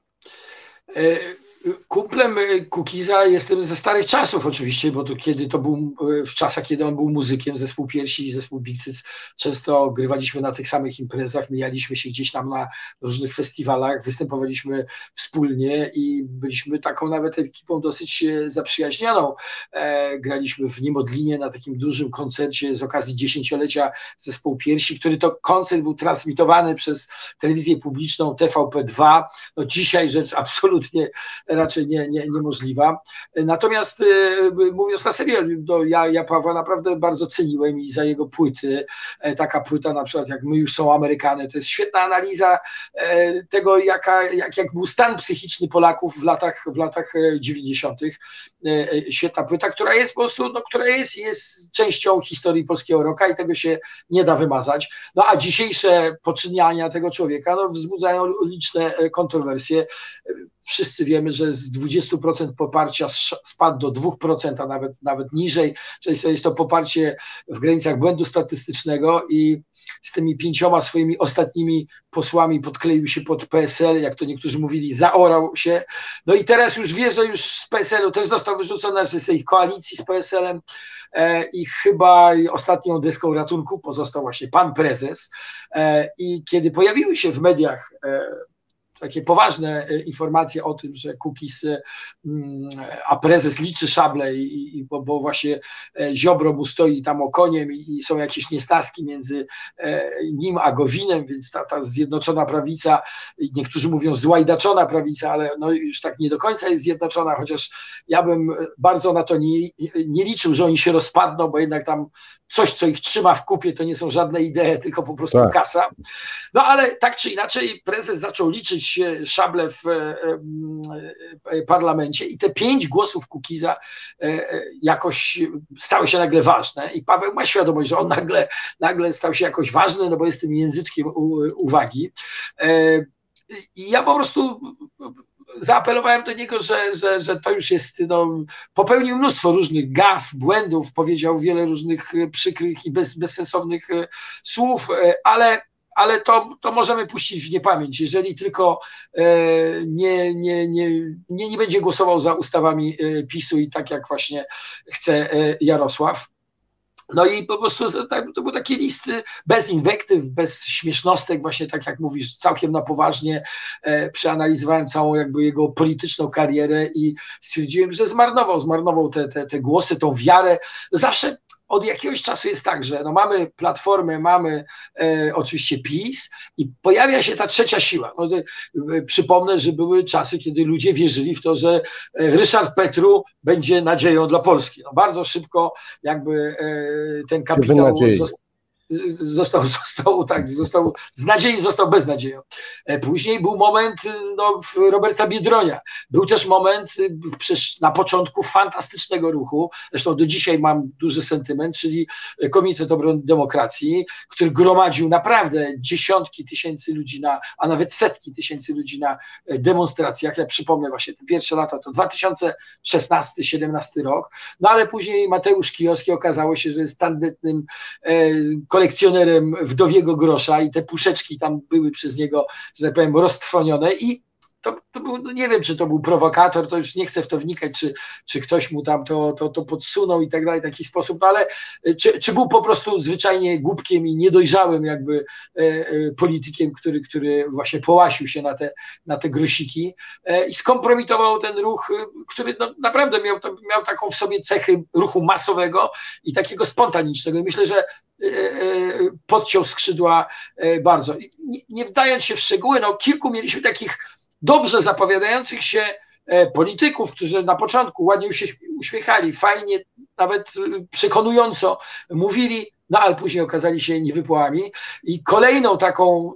Kumplem Kukiza jestem ze starych czasów oczywiście, bo to był w czasach, kiedy on był muzykiem, zespół Piersi i zespół Big Cyc. Często grywaliśmy na tych samych imprezach, mijaliśmy się gdzieś tam na różnych festiwalach, występowaliśmy wspólnie i byliśmy taką nawet ekipą dosyć zaprzyjaźnioną. Graliśmy w Niemodlinie na takim dużym koncercie z okazji 10-lecia zespołu Piersi, który to koncert był transmitowany przez telewizję publiczną TVP2. No dzisiaj rzecz absolutnie raczej niemożliwa. Natomiast mówiąc na serio, ja Pawła naprawdę bardzo ceniłem i za jego płyty, taka płyta na przykład jak My już są Amerykanie, to jest świetna analiza tego, jak był stan psychiczny Polaków w latach 90. Świetna płyta, która jest po prostu, która jest częścią historii polskiego rocka i tego się nie da wymazać. No a dzisiejsze poczyniania tego człowieka wzbudzają liczne kontrowersje. Wszyscy wiemy, że z 20% poparcia spadł do 2%, nawet niżej, czyli jest to poparcie w granicach błędu statystycznego i z tymi 5 swoimi ostatnimi posłami podkleił się pod PSL, jak to niektórzy mówili, zaorał się. No i teraz już wie, że już z PSL-u też został wyrzucony, z tej koalicji z PSL-em i chyba ostatnią deską ratunku pozostał właśnie pan prezes. I kiedy pojawiły się w mediach takie poważne informacje o tym, że Kukiz, a prezes liczy szable, bo właśnie Ziobro mu stoi tam okoniem i są jakieś niesnaski między nim a Gowinem, więc ta zjednoczona prawica, niektórzy mówią złajdaczona prawica, ale no już tak nie do końca jest zjednoczona, chociaż ja bym bardzo na to nie liczył, że oni się rozpadną, bo jednak tam coś, co ich trzyma w kupie, to nie są żadne idee, tylko po prostu kasa. No ale tak czy inaczej prezes zaczął liczyć szable w parlamencie i te 5 głosów Kukiza jakoś stały się nagle ważne i Paweł ma świadomość, że on nagle stał się jakoś ważny, no bo jest tym języczkiem uwagi. I ja po prostu zaapelowałem do niego, że to już jest, no, popełnił mnóstwo różnych gaf, błędów, powiedział wiele różnych przykrych i bezsensownych słów, ale to możemy puścić w niepamięć, jeżeli tylko nie będzie głosował za ustawami PiS-u i tak jak właśnie chce Jarosław. No i po prostu to były takie listy bez inwektyw, bez śmiesznostek, właśnie tak jak mówisz, całkiem na poważnie przeanalizowałem całą jakby jego polityczną karierę i stwierdziłem, że zmarnował te głosy, tą wiarę. Zawsze od jakiegoś czasu jest tak, że no mamy Platformę, mamy oczywiście PiS i pojawia się ta trzecia siła. No, przypomnę, że były czasy, kiedy ludzie wierzyli w to, że Ryszard Petru będzie nadzieją dla Polski. No, bardzo szybko jakby ten kapitał został z nadziei został beznadzieją. Później był moment Roberta Biedronia. Był też moment na początku fantastycznego ruchu, zresztą do dzisiaj mam duży sentyment, czyli Komitet Obrony Demokracji, który gromadził naprawdę dziesiątki tysięcy ludzi, a nawet setki tysięcy ludzi na demonstracjach. Ja przypomnę właśnie te pierwsze lata, to 2016-17 rok, no ale później Mateusz Kijowski okazało się, że jest tandetnym kolekcjonerem wdowiego grosza i te puszeczki tam były przez niego, że tak powiem, roztrwonione i to był, no nie wiem, czy to był prowokator, to już nie chcę w to wnikać, czy ktoś mu tam to podsunął i tak dalej, w taki sposób, no ale czy był po prostu zwyczajnie głupkiem i niedojrzałym jakby politykiem, który właśnie połasił się na te grosiki i skompromitował ten ruch, który no, naprawdę miał taką w sobie cechy ruchu masowego i takiego spontanicznego. I myślę, że podciął skrzydła bardzo. Nie wdając się w szczegóły, no kilku mieliśmy takich dobrze zapowiadających się polityków, którzy na początku ładnie się uśmiechali, fajnie, nawet przekonująco mówili, no ale później okazali się niewypłami. I kolejną taką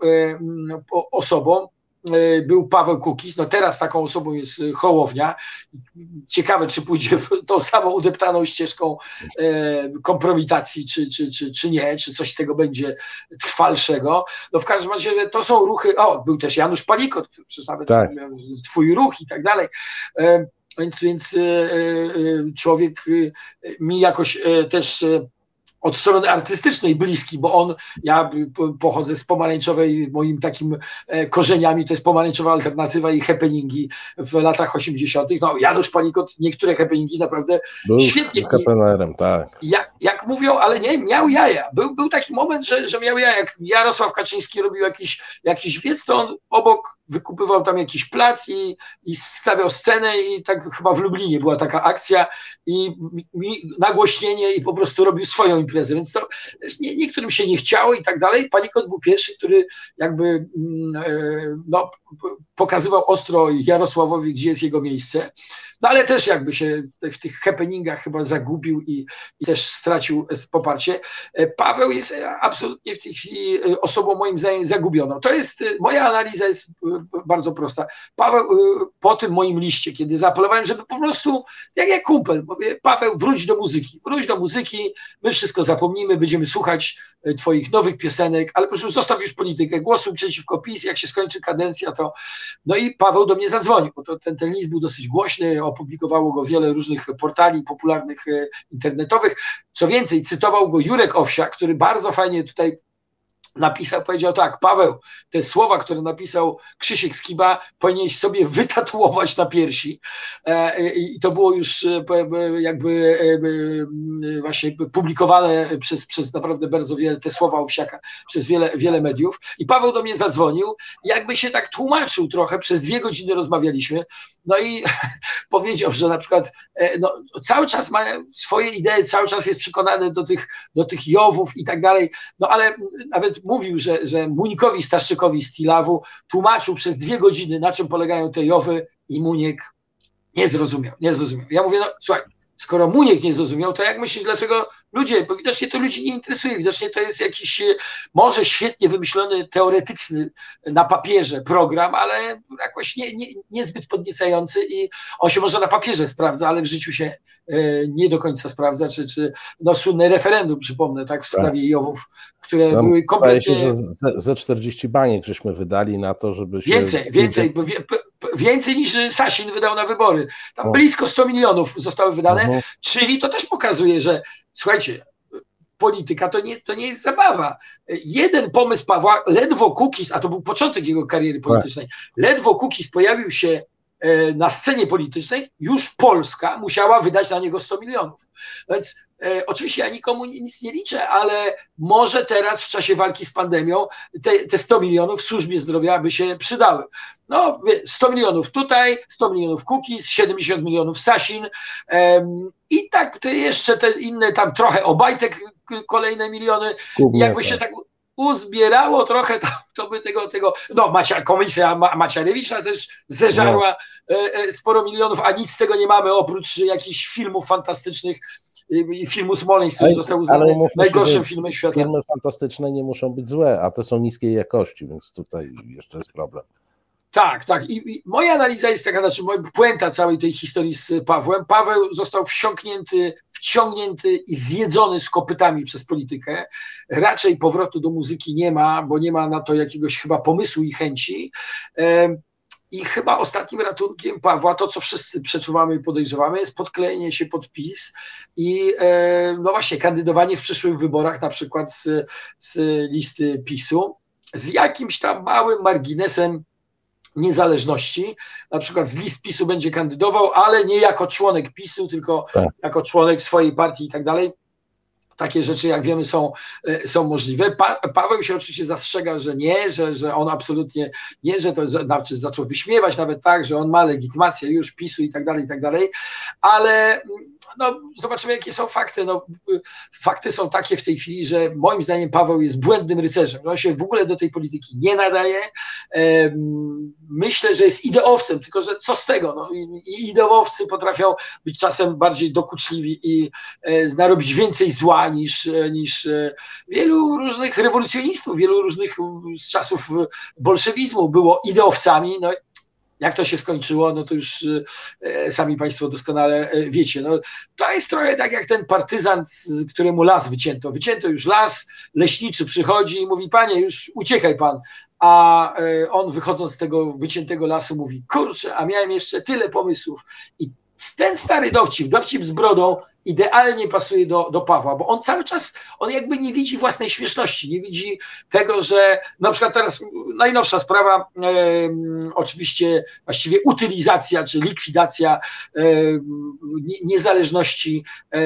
osobą był Paweł Kukiz, no teraz taką osobą jest Hołownia. Ciekawe, czy pójdzie tą samą udeptaną ścieżką kompromitacji, czy nie, czy coś z tego będzie trwalszego. No w każdym razie, że to są ruchy, był też Janusz Palikot, który przecież nawet miał twój ruch i tak dalej. Więc człowiek mi jakoś też od strony artystycznej bliski, bo ja pochodzę z pomarańczowej, moim takim korzeniami to jest pomarańczowa alternatywa i happeningi w latach 80. No Janusz Palikot niektóre happeningi naprawdę
był
świetnie.
Happenerem, tak.
Jak mówią, ale nie, miał jaja. Był taki moment, że miał jaja. Jak Jarosław Kaczyński robił jakiś wiec, to on obok wykupywał tam jakiś plac i stawiał scenę i tak chyba w Lublinie była taka akcja i nagłośnienie i po prostu robił swoją imprezę, więc to niektórym się nie chciało i tak dalej. Palikot był pierwszy, który jakby pokazywał ostro Jarosławowi, gdzie jest jego miejsce. No ale też jakby się w tych happeningach chyba zagubił i też stracił poparcie. Paweł jest absolutnie w tej chwili osobą moim zdaniem zagubioną. Moja analiza jest bardzo prosta. Paweł po tym moim liście, kiedy zaapelowałem, żeby po prostu, jak kumpel, mówię, Paweł, wróć do muzyki, my wszystko zapomnimy, będziemy słuchać twoich nowych piosenek, ale po prostu zostaw już politykę, głosuj przeciwko PiS, jak się skończy kadencja, to... No i Paweł do mnie zadzwonił, bo ten list był dosyć głośny, opublikowało go wiele różnych portali popularnych internetowych. Co więcej, cytował go Jurek Owsiak, który bardzo fajnie tutaj powiedział tak: Paweł, te słowa, które napisał Krzysiek Skiba, powinieneś sobie wytatuować na piersi. I to było już jakby właśnie publikowane przez naprawdę bardzo wiele, te słowa Owsiaka, przez wiele mediów. I Paweł do mnie zadzwonił, jakby się tak tłumaczył trochę, przez 2 godziny rozmawialiśmy, no i powiedział, że na przykład cały czas ma swoje idee, cały czas jest przekonany do tych Jowów i tak dalej, no ale nawet mówił, że Munikowi Staszczykowi z Tilawu tłumaczył przez 2 godziny, na czym polegają te Jowy, i Muniek nie zrozumiał. Ja mówię, no słuchaj, skoro Muniek nie zrozumiał, to jak myślisz, dlaczego ludzie, bo widocznie to ludzi nie interesuje, widocznie to jest jakiś może świetnie wymyślony, teoretyczny na papierze program, ale jakoś niezbyt podniecający, i on się może na papierze sprawdza, ale w życiu się nie do końca sprawdza, czy słynne referendum, przypomnę, tak, w sprawie Jowów, które
Tam
były kompletnie...
się, że ze 40 baniek żeśmy wydali na to, żeby się...
Więcej niż Sasin wydał na wybory. Tam blisko 100 milionów zostały wydane, czyli to też pokazuje, że słuchajcie, polityka to nie jest zabawa. Jeden pomysł Pawła, ledwo Kukiz, a to był początek jego kariery politycznej, ledwo Kukiz pojawił się na scenie politycznej, już Polska musiała wydać na niego 100 milionów. Więc oczywiście ja nikomu nic nie liczę, ale może teraz w czasie walki z pandemią te 100 milionów w służbie zdrowia by się przydały. No 100 milionów tutaj, 100 milionów Kukiz, 70 milionów Sasin i tak jeszcze te inne, tam trochę Obajtek, kolejne miliony. Jakby się tak uzbierało trochę, to by tego no komisja Macierewicza też zeżarła sporo milionów, a nic z tego nie mamy, oprócz jakichś filmów fantastycznych, i filmu Smoleńsk, który został uznany najgorszym filmem świata.
Filmy fantastyczne nie muszą być złe, a te są niskiej jakości, więc tutaj jeszcze jest problem.
Tak. I moja analiza jest taka, znaczy puenta całej tej historii z Pawłem. Paweł został wciągnięty i zjedzony z kopytami przez politykę. Raczej powrotu do muzyki nie ma, bo nie ma na to jakiegoś chyba pomysłu i chęci. I chyba ostatnim ratunkiem Pawła, to co wszyscy przeczuwamy i podejrzewamy, jest podklejenie się pod PiS i no właśnie kandydowanie w przyszłych wyborach, na przykład z listy PiS-u, z jakimś tam małym marginesem niezależności, na przykład z list PiS-u będzie kandydował, ale nie jako członek PiS-u, tylko jako członek swojej partii i tak dalej. Takie rzeczy, jak wiemy, są możliwe. Paweł się oczywiście zastrzega, że nie, że on absolutnie nie, że to znaczy zaczął wyśmiewać nawet tak, że on ma legitymację już PiS-u i tak dalej, ale no, zobaczymy, jakie są fakty. No, fakty są takie w tej chwili, że moim zdaniem Paweł jest błędnym rycerzem. On się w ogóle do tej polityki nie nadaje. Myślę, że jest ideowcem, tylko że co z tego? No, i ideowcy potrafią być czasem bardziej dokuczliwi i narobić więcej zła niż wielu różnych rewolucjonistów, wielu różnych z czasów bolszewizmu było ideowcami. No, jak to się skończyło, no to już sami Państwo doskonale wiecie. No, to jest trochę tak jak ten partyzant, któremu las wycięto. Wycięto już las, leśniczy przychodzi i mówi: panie, już uciekaj pan. A on, wychodząc z tego wyciętego lasu, mówi: kurczę, a miałem jeszcze tyle pomysłów. I ten stary dowcip z brodą idealnie pasuje do Pawła, bo on cały czas, on jakby nie widzi własnej śmieszności, nie widzi tego, że na przykład teraz najnowsza sprawa, oczywiście właściwie utylizacja czy likwidacja niezależności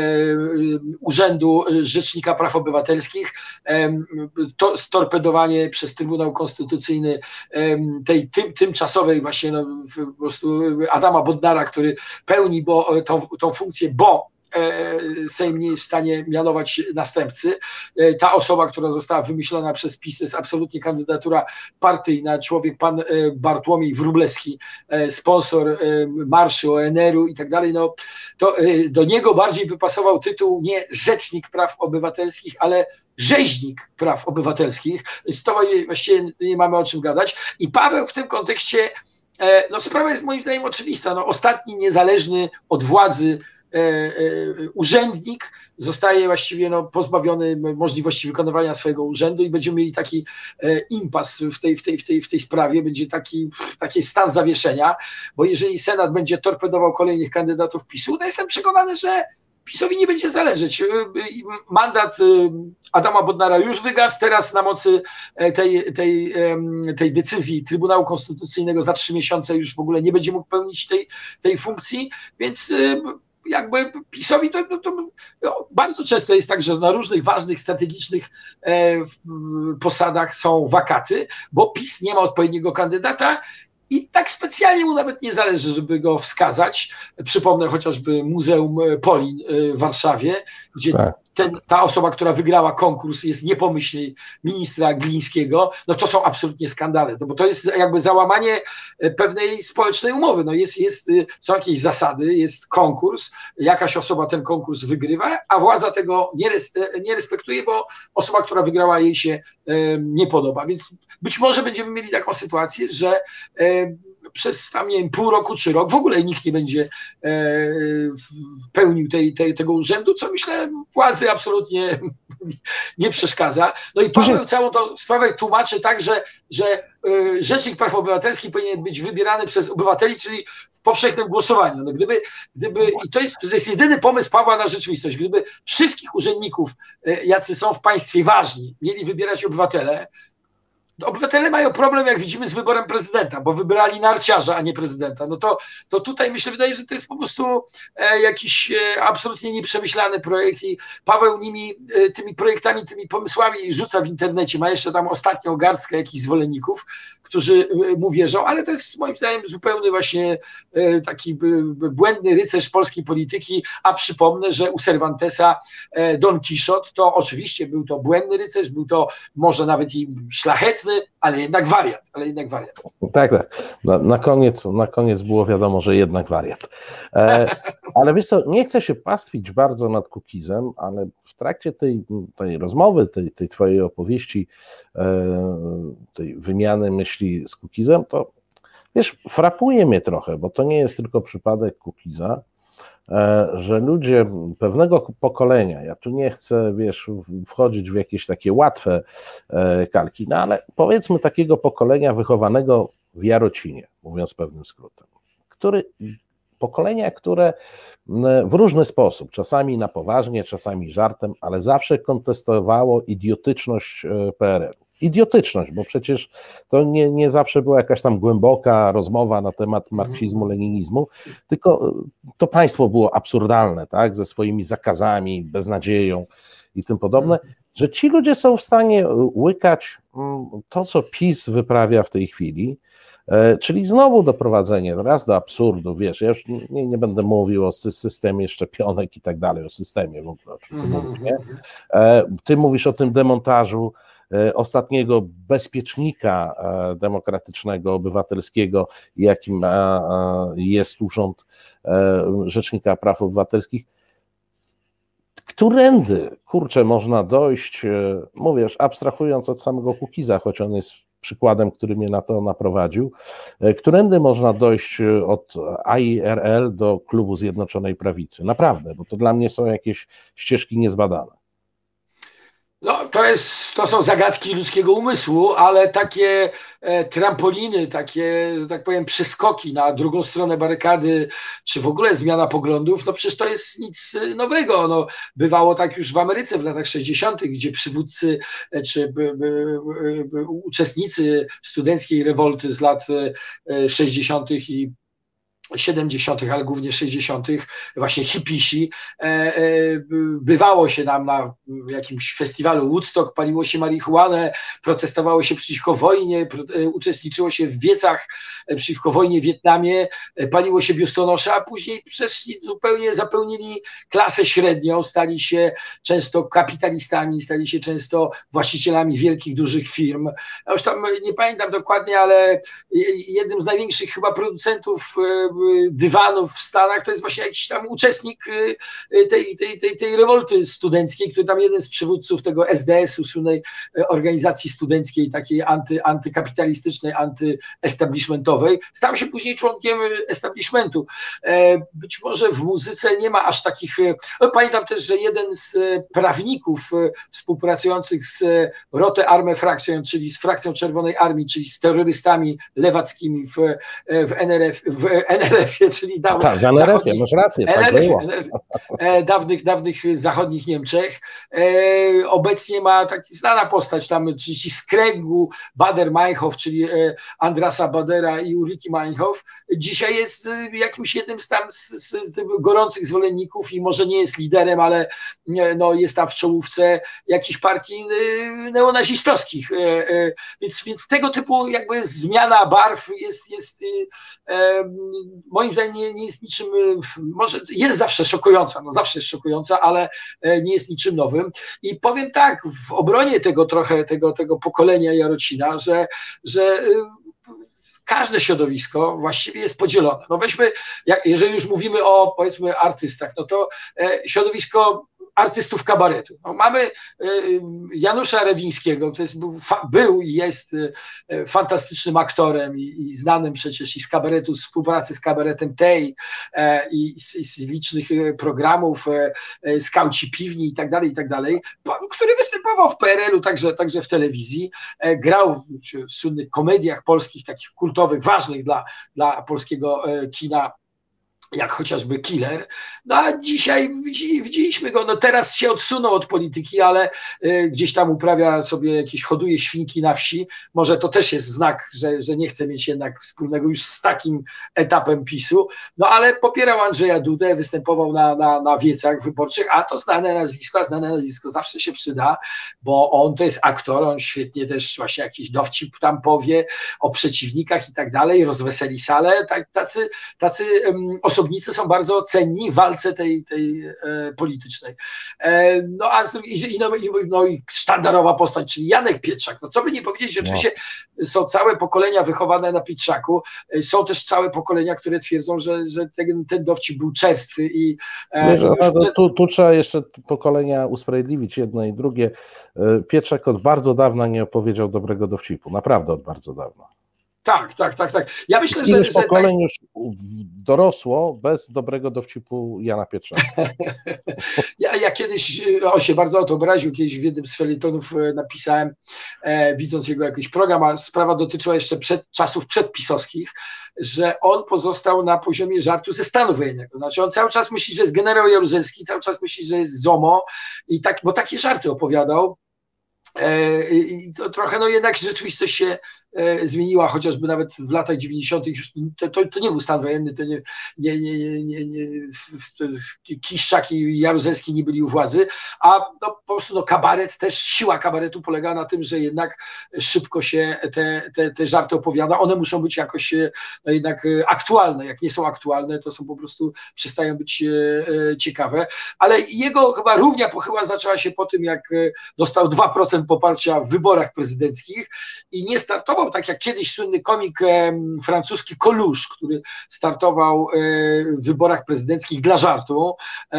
Urzędu Rzecznika Praw Obywatelskich, to storpedowanie przez Trybunał Konstytucyjny tej tymczasowej właśnie po prostu Adama Bodnara, który pełni tą funkcję, bo Sejm nie jest w stanie mianować następcy. Ta osoba, która została wymyślona przez PiS, to jest absolutnie kandydatura partyjna. Człowiek, pan Bartłomiej Wróblewski, sponsor marszy ONR-u i tak dalej. No, to do niego bardziej by pasował tytuł nie Rzecznik Praw Obywatelskich, ale Rzeźnik Praw Obywatelskich. Więc to właściwie nie mamy o czym gadać. I Paweł w tym kontekście, no sprawa jest moim zdaniem oczywista. No, ostatni niezależny od władzy urzędnik zostaje właściwie pozbawiony możliwości wykonywania swojego urzędu i będziemy mieli taki impas w tej sprawie, będzie taki stan zawieszenia, bo jeżeli Senat będzie torpedował kolejnych kandydatów PiS-u, to jestem przekonany, że PiS-owi nie będzie zależeć. Mandat Adama Bodnara już wygasł, teraz na mocy tej decyzji Trybunału Konstytucyjnego za 3 miesiące już w ogóle nie będzie mógł pełnić tej funkcji, więc jakby PiS-owi to bardzo często jest tak, że na różnych ważnych, strategicznych posadach są wakaty, bo PiS nie ma odpowiedniego kandydata i tak specjalnie mu nawet nie zależy, żeby go wskazać. Przypomnę chociażby Muzeum Polin w Warszawie, gdzie ta osoba, która wygrała konkurs, jest niepomyślnie ministra Glińskiego, no to są absolutnie skandale, no bo to jest jakby załamanie pewnej społecznej umowy. No są jakieś zasady, jest konkurs, jakaś osoba ten konkurs wygrywa, a władza tego nie respektuje, bo osoba, która wygrała, jej się nie podoba. Więc być może będziemy mieli taką sytuację, że przez tam, nie wiem, pół roku czy rok w ogóle nikt nie będzie pełnił tego urzędu, co myślę władzy absolutnie nie przeszkadza. No i Paweł całą tą sprawę tłumaczy tak, że Rzecznik Praw Obywatelskich powinien być wybierany przez obywateli, czyli w powszechnym głosowaniu. No i to jest jedyny pomysł Pawła na rzeczywistość. Gdyby wszystkich urzędników, jacy są w państwie ważni, mieli wybierać obywatele, obywatele mają problem, jak widzimy, z wyborem prezydenta, bo wybrali narciarza, a nie prezydenta. No to tutaj wydaje, że to jest po prostu jakiś absolutnie nieprzemyślany projekt i Paweł tymi projektami, tymi pomysłami rzuca w internecie. Ma jeszcze tam ostatnią garstkę jakichś zwolenników, którzy mu wierzą, ale to jest moim zdaniem zupełny właśnie taki błędny rycerz polskiej polityki, a przypomnę, że u Cervantesa Don Quixote to oczywiście był to błędny rycerz, był to może nawet i szlachetny, ale jednak wariat.
Tak. Na koniec było wiadomo, że jednak wariat. Ale wiesz co, nie chcę się pastwić bardzo nad Kukizem, ale w trakcie tej rozmowy, tej twojej opowieści, tej wymiany myśli z Kukizem, to wiesz, frapuje mnie trochę, bo to nie jest tylko przypadek Kukiza, że ludzie pewnego pokolenia, ja tu nie chcę, wiesz, wchodzić w jakieś takie łatwe kalki, no ale powiedzmy takiego pokolenia wychowanego w Jarocinie, mówiąc pewnym skrótem, pokolenia, które w różny sposób, czasami na poważnie, czasami żartem, ale zawsze kontestowało idiotyczność PRL-u. Idiotyczność, bo przecież to nie zawsze była jakaś tam głęboka rozmowa na temat marksizmu, leninizmu, tylko to państwo było absurdalne, tak, ze swoimi zakazami, beznadzieją i tym podobne, że ci ludzie są w stanie łykać to, co PiS wyprawia w tej chwili, czyli znowu doprowadzenie raz do absurdu, wiesz, ja już nie będę mówił o systemie szczepionek i tak dalej, o systemie w ogóle, o czym ty mówisz, nie? Ty mówisz o tym demontażu ostatniego bezpiecznika demokratycznego, obywatelskiego, jakim jest Urząd Rzecznika Praw Obywatelskich. Którędy, kurczę, można dojść, mówisz, abstrahując od samego Kukiza, choć on jest przykładem, który mnie na to naprowadził, którędy można dojść od AIRL do Klubu Zjednoczonej Prawicy? Naprawdę, bo to dla mnie są jakieś ścieżki niezbadane.
No, to są zagadki ludzkiego umysłu, ale takie trampoliny, takie, że tak powiem, przeskoki na drugą stronę barykady, czy w ogóle zmiana poglądów, no przecież to jest nic nowego. No, bywało tak już w Ameryce w latach 60., gdzie przywódcy czy uczestnicy studenckiej rewolty z lat 60. i 70., ale głównie 60., właśnie hipisi, bywało się nam na jakimś festiwalu Woodstock, paliło się marihuanę, protestowało się przeciwko wojnie, uczestniczyło się w wiecach przeciwko wojnie w Wietnamie, paliło się biustonosze, a później przeszli, zupełnie zapełnili klasę średnią, stali się często kapitalistami, stali się często właścicielami wielkich, dużych firm. Ja już tam nie pamiętam dokładnie, ale jednym z największych chyba producentów dywanów w Stanach to jest właśnie jakiś tam uczestnik tej rewolty studenckiej, który tam jeden z przywódców tego SDS-u, słynnej organizacji studenckiej, takiej antykapitalistycznej, antyestablishmentowej, stał się później członkiem establishmentu. Być może w muzyce nie ma aż takich... Pamiętam też, że jeden z prawników współpracujących z Rote Armee Frakcją, czyli z frakcją Czerwonej Armii, czyli z terrorystami lewackimi w NRF-ie, czyli
w NRF-ie, masz rację, tak było.
Dawnych zachodnich Niemczech. Obecnie ma taki znana postać tam, czyli z kręgu Bader-Meinhof, czyli Andrasa Badera i Ulriki Meinhof. Dzisiaj jest jakimś jednym z gorących zwolenników i może nie jest liderem, ale no, jest tam w czołówce jakichś partii neonazistowskich. Więc tego typu jakby zmiana barw jest moim zdaniem nie jest niczym, może jest zawsze szokująca, no zawsze jest szokująca, ale nie jest niczym nowym. I powiem tak, w obronie tego pokolenia Jarocina, że każde środowisko właściwie jest podzielone. No weźmy, jeżeli już mówimy o, powiedzmy, artystach, no to środowisko artystów kabaretu. No, mamy Janusza Rewińskiego, który był i jest fantastycznym aktorem i znanym przecież i z kabaretu, z współpracy z kabaretem Tej i z licznych programów, Skauci Piwni i tak dalej, który występował w PRL-u, także w telewizji, grał w słynnych komediach polskich, takich kultowych, ważnych dla polskiego kina, jak chociażby Killer, no a dzisiaj widzieliśmy go, no teraz się odsunął od polityki, ale gdzieś tam uprawia sobie jakieś, hoduje świnki na wsi, może to też jest znak, że nie chce mieć jednak wspólnego już z takim etapem PiS-u, no ale popierał Andrzeja Dudę, występował na wiecach wyborczych, a to znane nazwisko zawsze się przyda, bo on to jest aktor, on świetnie też właśnie jakiś dowcip tam powie o przeciwnikach i tak dalej, rozweseli salę, tacy osobnicy są bardzo cenni w walce tej politycznej. No a i sztandarowa postać, czyli Janek Pietrzak. No co by nie powiedzieć, że oczywiście są całe pokolenia wychowane na Pietrzaku, są też całe pokolenia, które twierdzą, że ten dowcip był czerstwy i
tu trzeba jeszcze pokolenia usprawiedliwić, jedno i drugie. Pietrzak od bardzo dawna nie opowiedział dobrego dowcipu, naprawdę od bardzo dawna.
Tak. Ja myślę, że
pokoleń już dorosło bez dobrego dowcipu Jana Pietrzaka.
Ja kiedyś, on się bardzo o to obraził, kiedyś w jednym z felietonów napisałem, widząc jego jakiś program, a sprawa dotyczyła jeszcze czasów przedpisowskich, że on pozostał na poziomie żartu ze stanu wojennego. Znaczy on cały czas myśli, że jest generał Jaruzelski, cały czas myśli, że jest ZOMO, bo takie żarty opowiadał. I to trochę, no jednak rzeczywistość się zmieniła, chociażby nawet w latach 90. już to nie był stan wojenny, to Kiszczak i Jaruzelski nie byli u władzy, a no, po prostu kabaret, też siła kabaretu polega na tym, że jednak szybko się te żarty opowiada, one muszą być jakoś jednak aktualne, jak nie są aktualne, to są po prostu, przestają być ciekawe, ale jego chyba równia pochyła zaczęła się po tym, jak dostał 2% poparcia w wyborach prezydenckich i nie startował tak jak kiedyś słynny komik francuski Coluche, który startował w wyborach prezydenckich dla żartu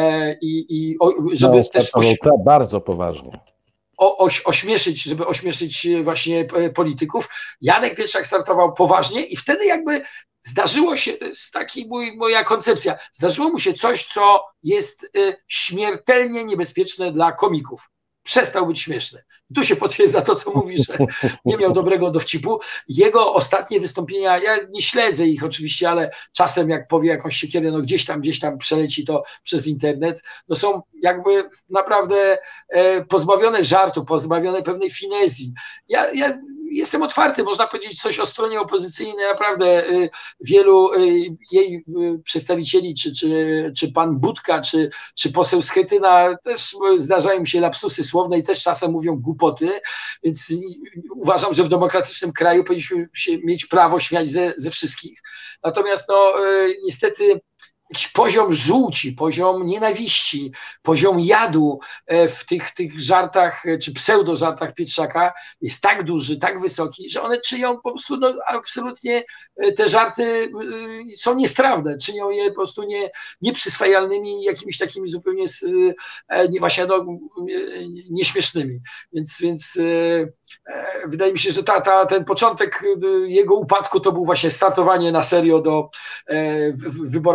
żeby też
bardzo poważnie
ośmieszyć właśnie polityków. Janek Pietrzak startował poważnie i wtedy jakby zdarzyło się, to jest moja koncepcja, zdarzyło mu się coś, co jest śmiertelnie niebezpieczne dla komików. Przestał być śmieszny. Tu się potwierdza to, co mówi, że nie miał dobrego dowcipu. Jego ostatnie wystąpienia, ja nie śledzę ich oczywiście, ale czasem jak powie jakąś siekierę, no gdzieś tam przeleci to przez internet, no są jakby naprawdę pozbawione żartu, pozbawione pewnej finezji. Ja jestem otwarty, można powiedzieć coś o stronie opozycyjnej, naprawdę wielu jej przedstawicieli, czy pan Budka, czy poseł Schetyna, też zdarzają mi się lapsusy słowne i też czasem mówią głupoty, więc uważam, że w demokratycznym kraju powinniśmy mieć prawo śmiać ze wszystkich. Natomiast niestety jakiś poziom żółci, poziom nienawiści, poziom jadu w tych żartach, czy pseudo-żartach Pietrzaka jest tak duży, tak wysoki, że one czynią po prostu absolutnie, te żarty są niestrawne, czynią je po prostu nieprzyswajalnymi, jakimiś takimi zupełnie właśnie nieśmiesznymi. Więc wydaje mi się, że ten początek jego upadku to był właśnie startowanie na serio w wyborach prezydenckich,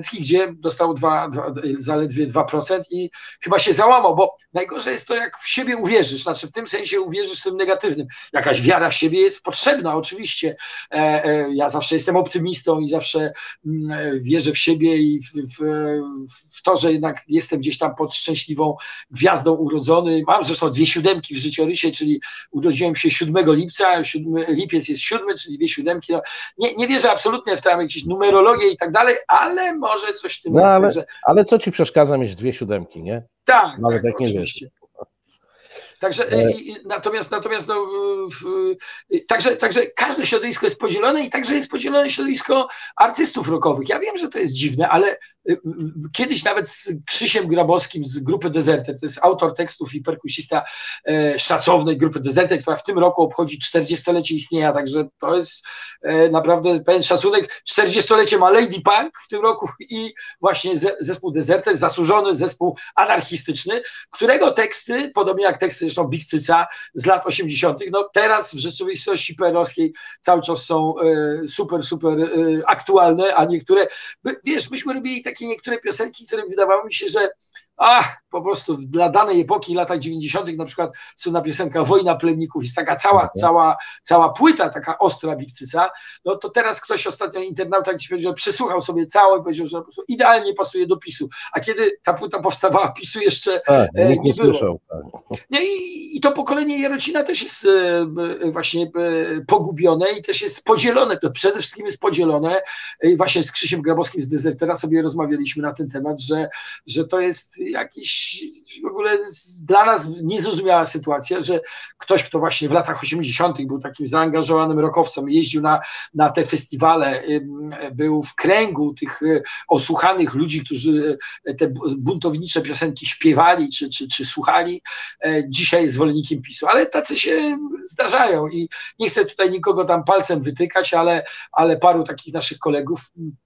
niemiecki, gdzie dostał zaledwie 2% i chyba się załamał, bo najgorzej jest to, jak w siebie uwierzysz, znaczy w tym sensie uwierzysz w tym negatywnym. Jakaś wiara w siebie jest potrzebna, oczywiście. Ja zawsze jestem optymistą i zawsze wierzę w siebie i w to, że jednak jestem gdzieś tam pod szczęśliwą gwiazdą urodzony. Mam zresztą 2 siódemki w życiorysie, czyli urodziłem się 7 lipca, lipiec jest 7, czyli 2 siódemki. No, nie wierzę absolutnie w tam jakieś numerologię i tak dalej, ale może coś w tym jest.
Ale co ci przeszkadza mieć 2 siódemki, nie?
Tak,
nawet
tak,
jak nie
oczywiście.
wiesz.
Także, natomiast także każde środowisko jest podzielone i także jest podzielone środowisko artystów rockowych. Ja wiem, że to jest dziwne, ale kiedyś nawet z Krzysiem Grabowskim z grupy Deserter, to jest autor tekstów i perkusista szacownej grupy Deserter, która w tym roku obchodzi 40-lecie istnienia, także to jest naprawdę pewien szacunek. 40-lecie ma Lady Punk w tym roku i właśnie zespół Deserter, zasłużony zespół anarchistyczny, którego teksty, podobnie jak teksty zresztą Big Cyca z lat 80., no teraz w rzeczywistości PR-owskiej cały czas są super aktualne, a niektóre, wiesz, myśmy robili takie niektóre piosenki, które wydawało mi się, że po prostu dla danej epoki, latach 90., na przykład słynna piosenka Wojna Plemników, jest taka cała płyta, taka ostra Big Cyca, no to teraz ktoś ostatnio, internauta, jak ci powiedział, że przesłuchał sobie całą i powiedział, że po prostu idealnie pasuje do PiS-u, a kiedy ta płyta powstawała, PiS-u jeszcze
nikt nie
było.
Słyszał.
Nie, i to pokolenie Jarocina też jest właśnie pogubione i też jest podzielone, to przede wszystkim jest podzielone, właśnie z Krzysiem Grabowskim z Desertera sobie rozmawialiśmy na ten temat, że to jest jakiś w ogóle dla nas niezrozumiała sytuacja, że ktoś, kto właśnie w latach 80. był takim zaangażowanym rockowcem, jeździł na te festiwale, był w kręgu tych osłuchanych ludzi, którzy te buntownicze piosenki śpiewali czy słuchali, dzisiaj jest zwolennikiem PiS-u, ale tacy się zdarzają i nie chcę tutaj nikogo tam palcem wytykać, ale paru takich naszych kolegów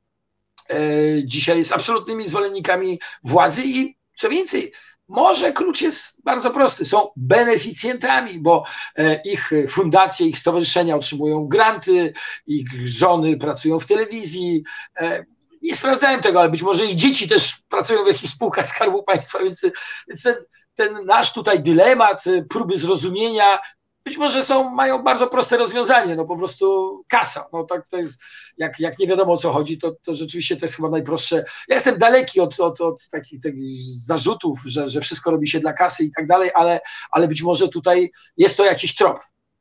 dzisiaj jest absolutnymi zwolennikami władzy i co więcej, może klucz jest bardzo prosty, są beneficjentami, bo ich fundacje, ich stowarzyszenia otrzymują granty, ich żony pracują w telewizji, nie sprawdzałem tego, ale być może ich dzieci też pracują w jakichś spółkach Skarbu Państwa, więc ten nasz tutaj dylemat, próby zrozumienia, być może mają bardzo proste rozwiązanie, no po prostu kasa. No tak to jest, jak nie wiadomo o co chodzi, to rzeczywiście to jest chyba najprostsze. Ja jestem daleki od takich zarzutów, że wszystko robi się dla kasy i tak dalej, ale być może tutaj jest to jakiś trop.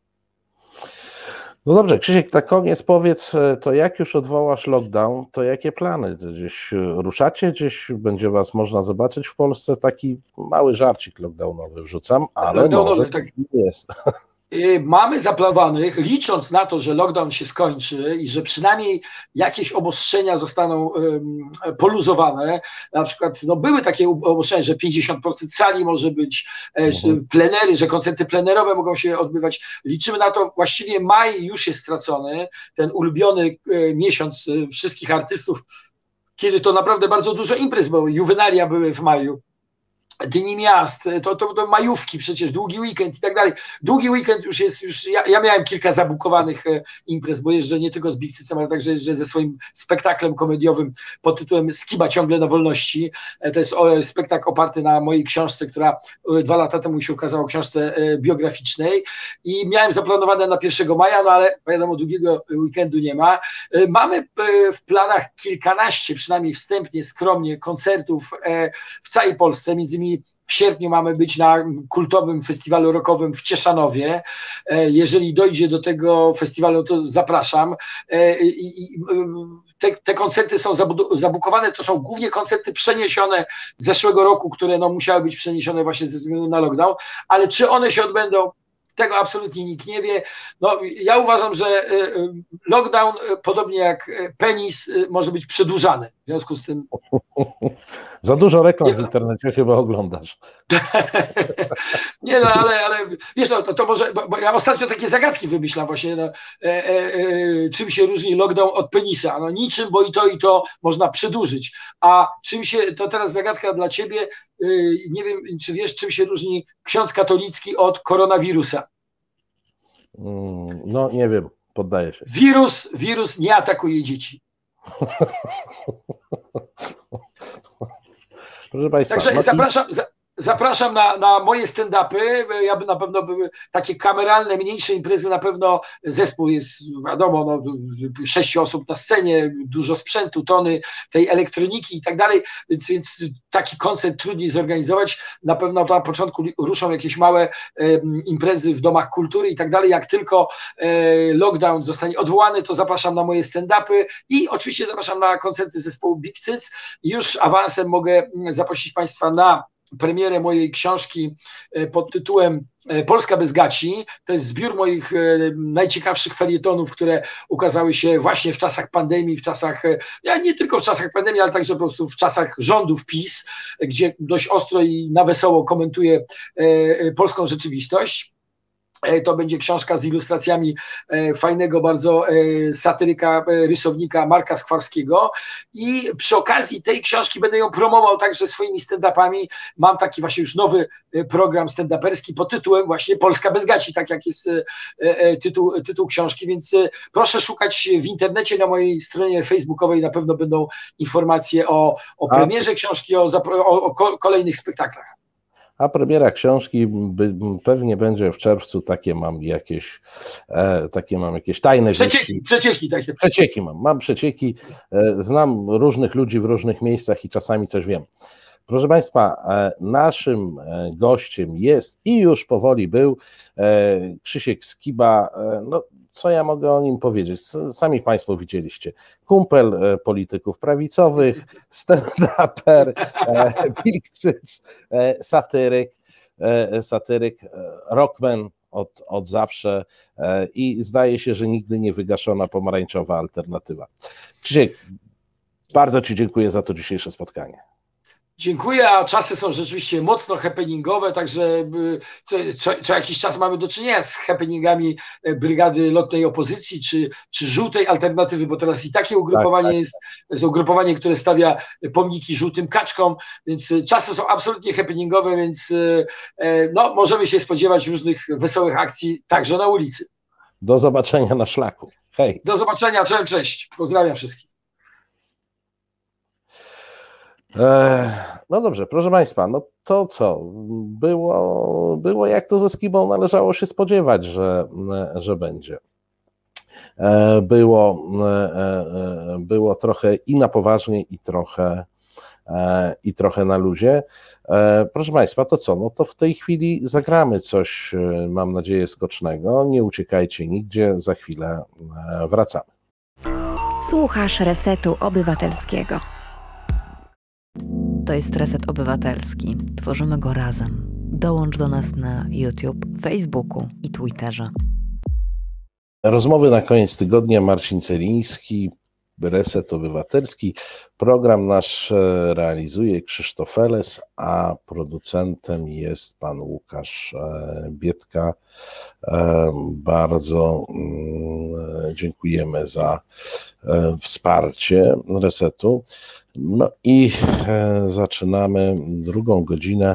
No dobrze, Krzysiek, na koniec powiedz, to jak już odwołasz lockdown, to jakie plany? Gdzieś ruszacie, gdzieś będzie was można zobaczyć w Polsce? Taki mały żarcik lockdownowy wrzucam, ale może tak jest.
Mamy zaplanowanych, licząc na to, że lockdown się skończy i że przynajmniej jakieś obostrzenia zostaną poluzowane, na przykład były takie obostrzenia, że 50% sali może być, plenery, że koncerty plenerowe mogą się odbywać. Liczymy na to, właściwie maj już jest stracony, ten ulubiony miesiąc wszystkich artystów, kiedy to naprawdę bardzo dużo imprez było, juwenalia były w maju. Dni miast, to majówki przecież, długi weekend i tak dalej. Długi weekend już jest, ja miałem kilka zabukowanych imprez, bo jeżdżę nie tylko z Big Cycem, ale także jeżdżę ze swoim spektaklem komediowym pod tytułem Skiba ciągle na wolności. To jest spektakl oparty na mojej książce, która 2 lata temu się ukazała, książce biograficznej i miałem zaplanowane na 1 maja, no ale wiadomo, długiego weekendu nie ma. Mamy w planach kilkanaście, przynajmniej wstępnie, skromnie, koncertów w całej Polsce, między innymi w sierpniu mamy być na kultowym festiwalu rockowym w Cieszanowie. Jeżeli dojdzie do tego festiwalu, to zapraszam. Te koncerty są zabukowane, to są głównie koncerty przeniesione z zeszłego roku, które musiały być przeniesione właśnie ze względu na lockdown, ale czy one się odbędą? Tego absolutnie nikt nie wie. Ja uważam, że lockdown, podobnie jak penis, może być przedłużany. W związku z tym...
Za dużo reklam w internecie chyba oglądasz.
Nie, ale wiesz, to może, bo ja ostatnio takie zagadki wymyślam właśnie, czym się różni lockdown od penisa? Niczym, bo i to można przedłużyć. A to teraz zagadka dla ciebie, nie wiem, czy wiesz, czym się różni ksiądz katolicki od koronawirusa?
No nie wiem, poddaję się.
Wirus nie atakuje dzieci.
Proszę Państwa,
Także zapraszam na moje stand-upy. Ja by na pewno były takie kameralne, mniejsze imprezy, na pewno zespół jest, wiadomo, no, 6 osób na scenie, dużo sprzętu, tony tej elektroniki i tak dalej, więc taki koncert trudniej zorganizować. Na pewno na początku ruszą jakieś małe imprezy w domach kultury i tak dalej. Jak tylko lockdown zostanie odwołany, to zapraszam na moje stand-upy i oczywiście zapraszam na koncerty zespołu Big Cyc. Już awansem mogę zaprosić Państwa na premierę mojej książki pod tytułem Polska bez gaci. To jest zbiór moich najciekawszych felietonów, które ukazały się właśnie w czasach pandemii, w czasach, nie tylko w czasach pandemii, ale także po prostu w czasach rządów PiS, gdzie dość ostro i na wesoło komentuję polską rzeczywistość. To będzie książka z ilustracjami fajnego bardzo satyryka, rysownika Marka Skwarskiego i przy okazji tej książki będę ją promował także swoimi stand-upami. Mam taki właśnie już nowy program stand-uperski pod tytułem właśnie Polska bez gaci, tak jak jest tytuł książki, więc proszę szukać w internecie, na mojej stronie facebookowej na pewno będą informacje o premierze książki, o kolejnych spektaklach.
A premiera książki pewnie będzie w czerwcu, takie mam jakieś tajne
Przecieki takie.
Mam przecieki, znam różnych ludzi w różnych miejscach i czasami coś wiem. Proszę Państwa, naszym gościem jest i już powoli był Krzysiek Skiba. No, co ja mogę o nim powiedzieć? Sami Państwo widzieliście. Kumpel polityków prawicowych, stand-uper, Big Cyc, satyryk, rockman od zawsze i zdaje się, że nigdy nie wygaszona pomarańczowa alternatywa. Krzysiek, bardzo Ci dziękuję za to dzisiejsze spotkanie.
Dziękuję, a czasy są rzeczywiście mocno happeningowe, także co jakiś czas mamy do czynienia z happeningami Brygady Lotnej Opozycji czy Żółtej Alternatywy, bo teraz i takie ugrupowanie jest ugrupowanie, które stawia pomniki żółtym kaczkom, więc czasy są absolutnie happeningowe, więc no, możemy się spodziewać różnych wesołych akcji także na ulicy.
Do zobaczenia na szlaku. Hej.
Do zobaczenia, cześć. Pozdrawiam wszystkich.
No dobrze, proszę Państwa, no to co? Było jak to ze Skibą należało się spodziewać, że będzie. Było trochę i na poważnie, i trochę na luzie. Proszę Państwa, to co? No to w tej chwili zagramy coś, mam nadzieję, skocznego. Nie uciekajcie nigdzie, za chwilę wracamy.
Słuchasz Resetu Obywatelskiego.
To jest Reset Obywatelski. Tworzymy go razem. Dołącz do nas na YouTube, Facebooku i Twitterze.
Rozmowy na koniec tygodnia. Marcin Celiński, Reset Obywatelski. Program nasz realizuje Krzysztof Eles, a producentem jest pan Łukasz Biedka. Bardzo dziękujemy za wsparcie Resetu. No i zaczynamy drugą godzinę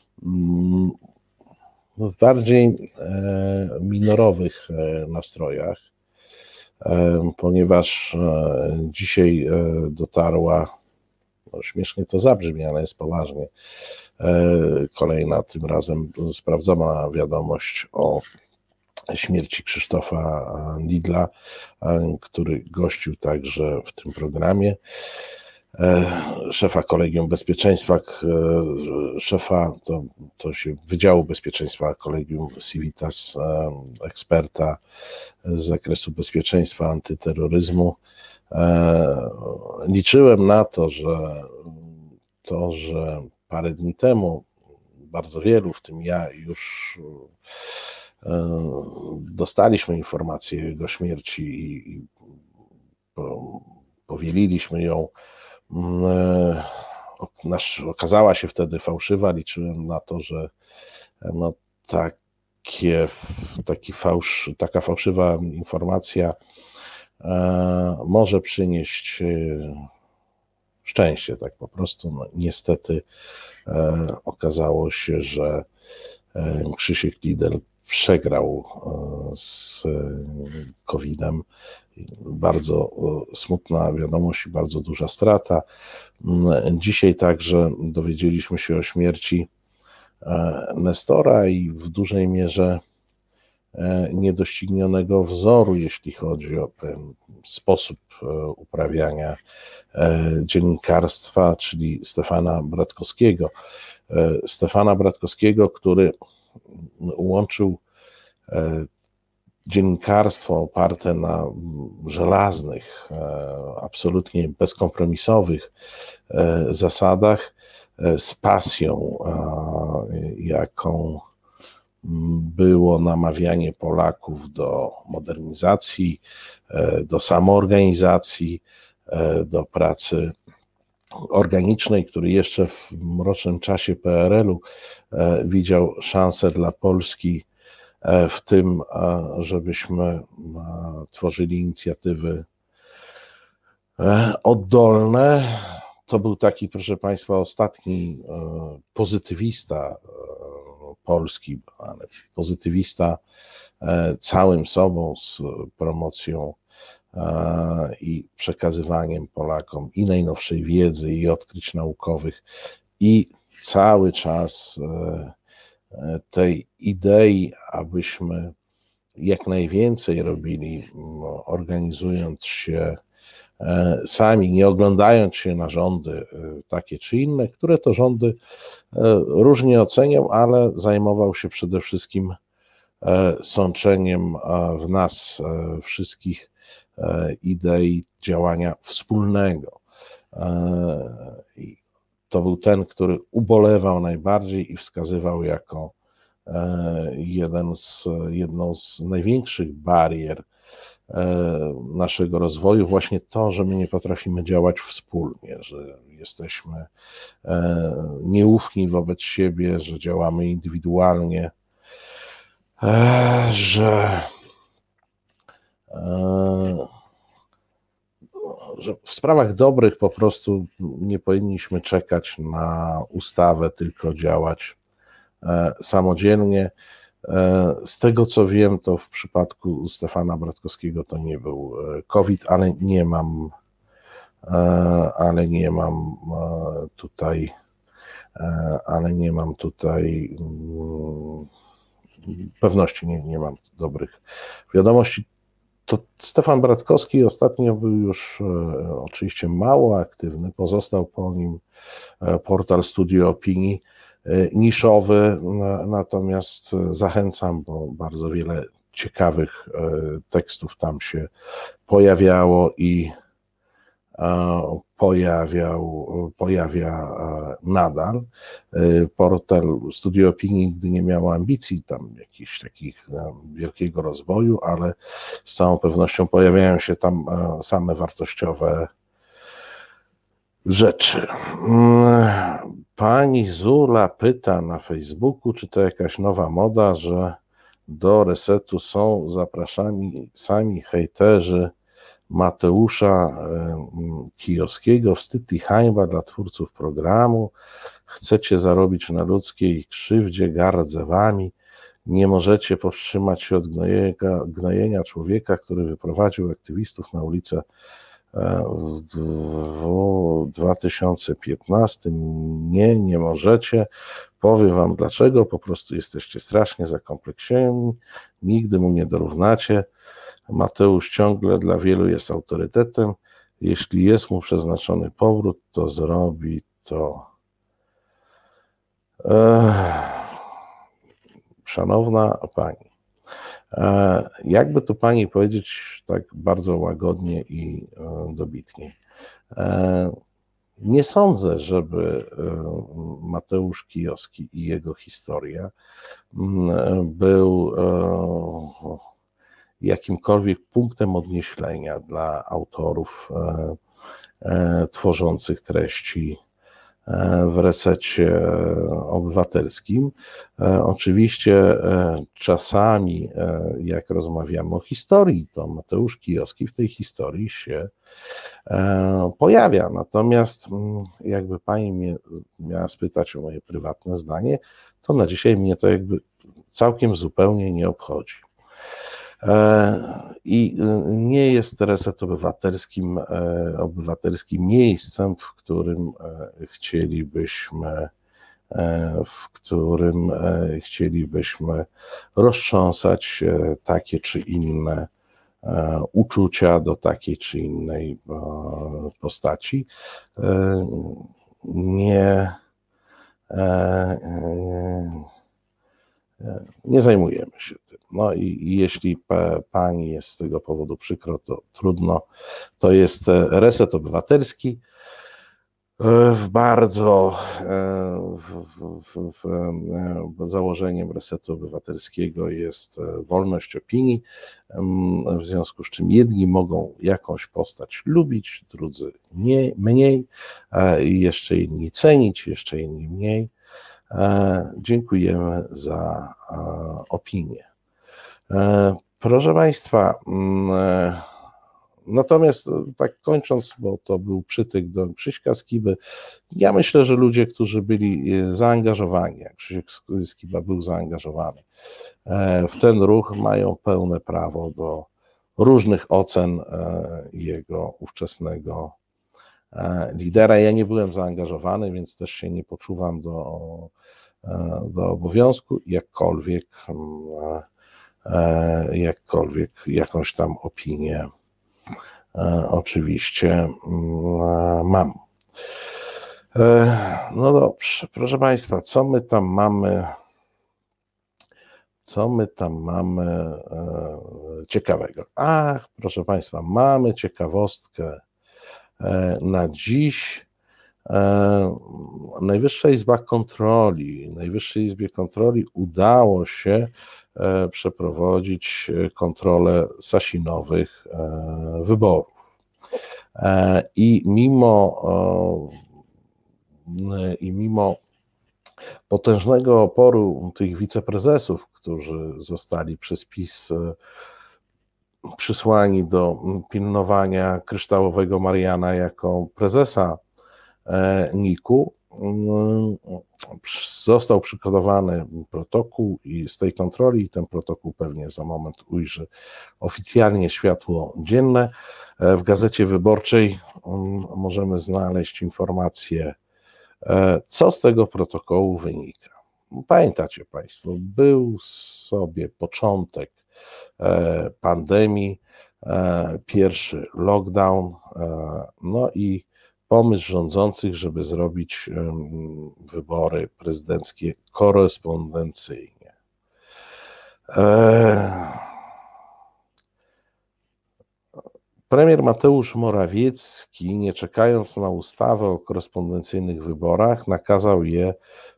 w bardziej minorowych nastrojach, ponieważ dzisiaj dotarła, no śmiesznie to zabrzmi, ale jest poważnie, kolejna, tym razem sprawdzona wiadomość o śmierci Krzysztofa Lidla, który gościł także w tym programie. Szefa Kolegium Bezpieczeństwa, szefa Wydziału Bezpieczeństwa Kolegium Civitas, eksperta z zakresu bezpieczeństwa, antyterroryzmu. Liczyłem na to, że parę dni temu bardzo wielu, w tym ja, już dostaliśmy informację o jego śmierci i powieliliśmy ją. Okazała się wtedy fałszywa. Liczyłem na to, że no taka fałszywa informacja może przynieść szczęście, tak po prostu. No, niestety okazało się, że Krzysiek Lidl przegrał z COVID-em. Bardzo smutna wiadomość i bardzo duża strata. Dzisiaj także dowiedzieliśmy się o śmierci Nestora i w dużej mierze niedoścignionego wzoru, jeśli chodzi o ten sposób uprawiania dziennikarstwa, czyli Stefana Bratkowskiego. Stefana Bratkowskiego, który łączył dziennikarstwo oparte na żelaznych, absolutnie bezkompromisowych zasadach z pasją, jaką było namawianie Polaków do modernizacji, do samoorganizacji, do pracy organicznej, który jeszcze w mrocznym czasie PRL-u widział szansę dla Polski w tym, żebyśmy tworzyli inicjatywy oddolne. To był taki, proszę Państwa, ostatni pozytywista Polski, ale pozytywista całym sobą, z promocją i przekazywaniem Polakom i najnowszej wiedzy, i odkryć naukowych, i cały czas tej idei, abyśmy jak najwięcej robili, organizując się sami, nie oglądając się na rządy takie czy inne, które to rządy różnie ocenią, ale zajmował się przede wszystkim sączeniem w nas wszystkich idei działania wspólnego. I to był ten, który ubolewał najbardziej i wskazywał jako jedną z największych barier naszego rozwoju właśnie to, że my nie potrafimy działać wspólnie, że jesteśmy nieufni wobec siebie, że działamy indywidualnie, że w sprawach dobrych po prostu nie powinniśmy czekać na ustawę, tylko działać samodzielnie. Z tego co wiem, to w przypadku Stefana Bratkowskiego to nie był COVID, ale nie mam tutaj pewności, nie mam dobrych wiadomości. To Stefan Bratkowski ostatnio był już oczywiście mało aktywny, pozostał po nim portal Studio Opinii, niszowy, natomiast zachęcam, bo bardzo wiele ciekawych tekstów tam się pojawiało i pojawia nadal. Portal Studio Opinii nigdy nie miał ambicji tam jakichś takich wielkiego rozwoju, ale z całą pewnością pojawiają się tam same wartościowe rzeczy. Pani Zula pyta na Facebooku, czy to jakaś nowa moda, że do Resetu są zapraszani sami hejterzy Mateusza Kijowskiego. Wstyd i hańba dla twórców programu. Chcecie zarobić na ludzkiej krzywdzie, gardzę wami. Nie możecie powstrzymać się od gnojenia człowieka, który wyprowadził aktywistów na ulicę w 2015. Nie możecie. Powiem wam dlaczego. Po prostu jesteście strasznie zakompleksieni. Nigdy mu nie dorównacie. Mateusz ciągle dla wielu jest autorytetem. Jeśli jest mu przeznaczony powrót, to zrobi to. Szanowna pani, jakby tu pani powiedzieć tak bardzo łagodnie i dobitnie. Nie sądzę, żeby Mateusz Kijowski i jego historia był jakimkolwiek punktem odniesienia dla autorów tworzących treści w Resecie Obywatelskim. Oczywiście czasami, jak rozmawiamy o historii, to Mateusz Kijowski w tej historii się pojawia. Natomiast jakby pani mnie miała spytać o moje prywatne zdanie, to na dzisiaj mnie to jakby całkiem zupełnie nie obchodzi. I nie jest Reset Obywatelski miejscem, w którym chcielibyśmy roztrząsać takie czy inne uczucia do takiej czy innej postaci. Nie zajmujemy się tym. No i jeśli pani jest z tego powodu przykro, to trudno. To jest Reset Obywatelski. Założeniem Resetu Obywatelskiego jest wolność opinii, w związku z czym jedni mogą jakąś postać lubić, drudzy mniej, jeszcze inni cenić, jeszcze inni mniej. Dziękujemy za opinię. Proszę Państwa, natomiast tak kończąc, bo to był przytyk do Krzyśka Skiby, ja myślę, że ludzie, którzy byli zaangażowani, jak Krzysiek Skiba był zaangażowany w ten ruch, mają pełne prawo do różnych ocen jego ówczesnego lidera. Ja nie byłem zaangażowany, więc też się nie poczuwam do obowiązku, jakkolwiek jakąś tam opinię oczywiście mam. No dobrze, proszę Państwa, co my tam mamy ciekawego? Ach, proszę Państwa, mamy ciekawostkę na dziś. Najwyższej Izbie Kontroli udało się przeprowadzić kontrolę Sasinowych wyborów. I mimo potężnego oporu tych wiceprezesów, którzy zostali przez PiS przysłani do pilnowania kryształowego Mariana jako prezesa NIK-u, został przygotowany protokół i z tej kontroli, i ten protokół pewnie za moment ujrzy oficjalnie światło dzienne. W Gazecie Wyborczej możemy znaleźć informację, co z tego protokołu wynika. Pamiętacie Państwo, był sobie początek pandemii, pierwszy lockdown, no i pomysł rządzących, żeby zrobić wybory prezydenckie korespondencyjnie. Premier Mateusz Morawiecki, nie czekając na ustawę o korespondencyjnych wyborach, nakazał je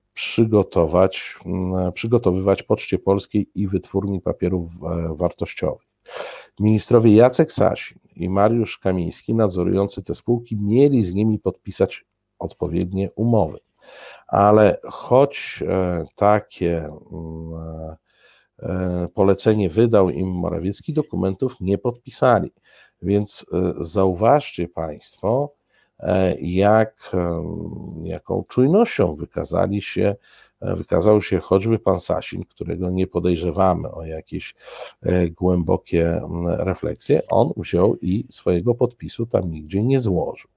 przygotowywać Poczcie Polskiej i Wytwórni Papierów Wartościowych. Ministrowie Jacek Sasin i Mariusz Kamiński, nadzorujący te spółki, mieli z nimi podpisać odpowiednie umowy. Ale choć takie polecenie wydał im Morawiecki, dokumentów nie podpisali. Więc zauważcie Państwo, jaką czujnością wykazał się choćby pan Sasin, którego nie podejrzewamy o jakieś głębokie refleksje. On wziął i swojego podpisu tam nigdzie nie złożył.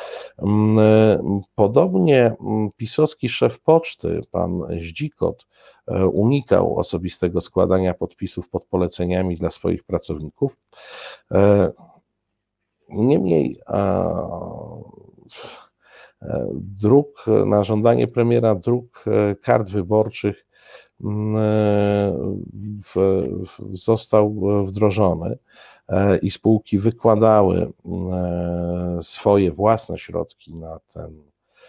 Podobnie pisowski szef poczty, pan Zdzikot, unikał osobistego składania podpisów pod poleceniami dla swoich pracowników. Niemniej na żądanie premiera druk kart wyborczych został wdrożony i spółki wykładały swoje własne środki na ten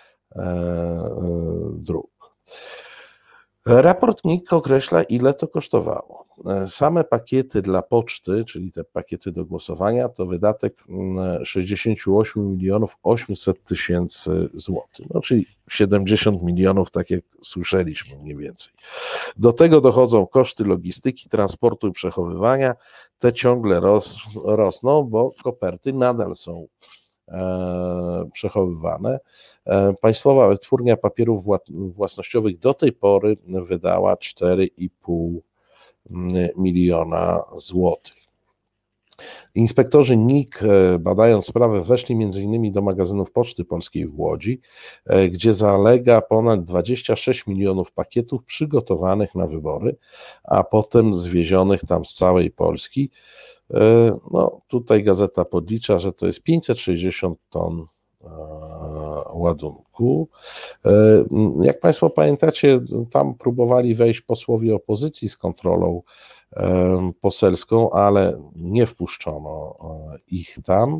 druk. Raport NIK określa, ile to kosztowało. Same pakiety dla poczty, czyli te pakiety do głosowania, to wydatek 68 800 000 złotych, no czyli 70 milionów, tak jak słyszeliśmy mniej więcej. Do tego dochodzą koszty logistyki, transportu i przechowywania. Te ciągle rosną, bo koperty nadal są przechowywane. Państwowa Wytwórnia Papierów Własnościowych do tej pory wydała 4,5 miliona złotych. Inspektorzy NIK, badając sprawę, weszli m.in. do magazynów Poczty Polskiej w Łodzi, gdzie zalega ponad 26 milionów pakietów przygotowanych na wybory, a potem zwiezionych tam z całej Polski. No, tutaj gazeta podlicza, że to jest 560 ton ładunku. Jak Państwo pamiętacie, tam próbowali wejść posłowie opozycji z kontrolą poselską, ale nie wpuszczono ich tam.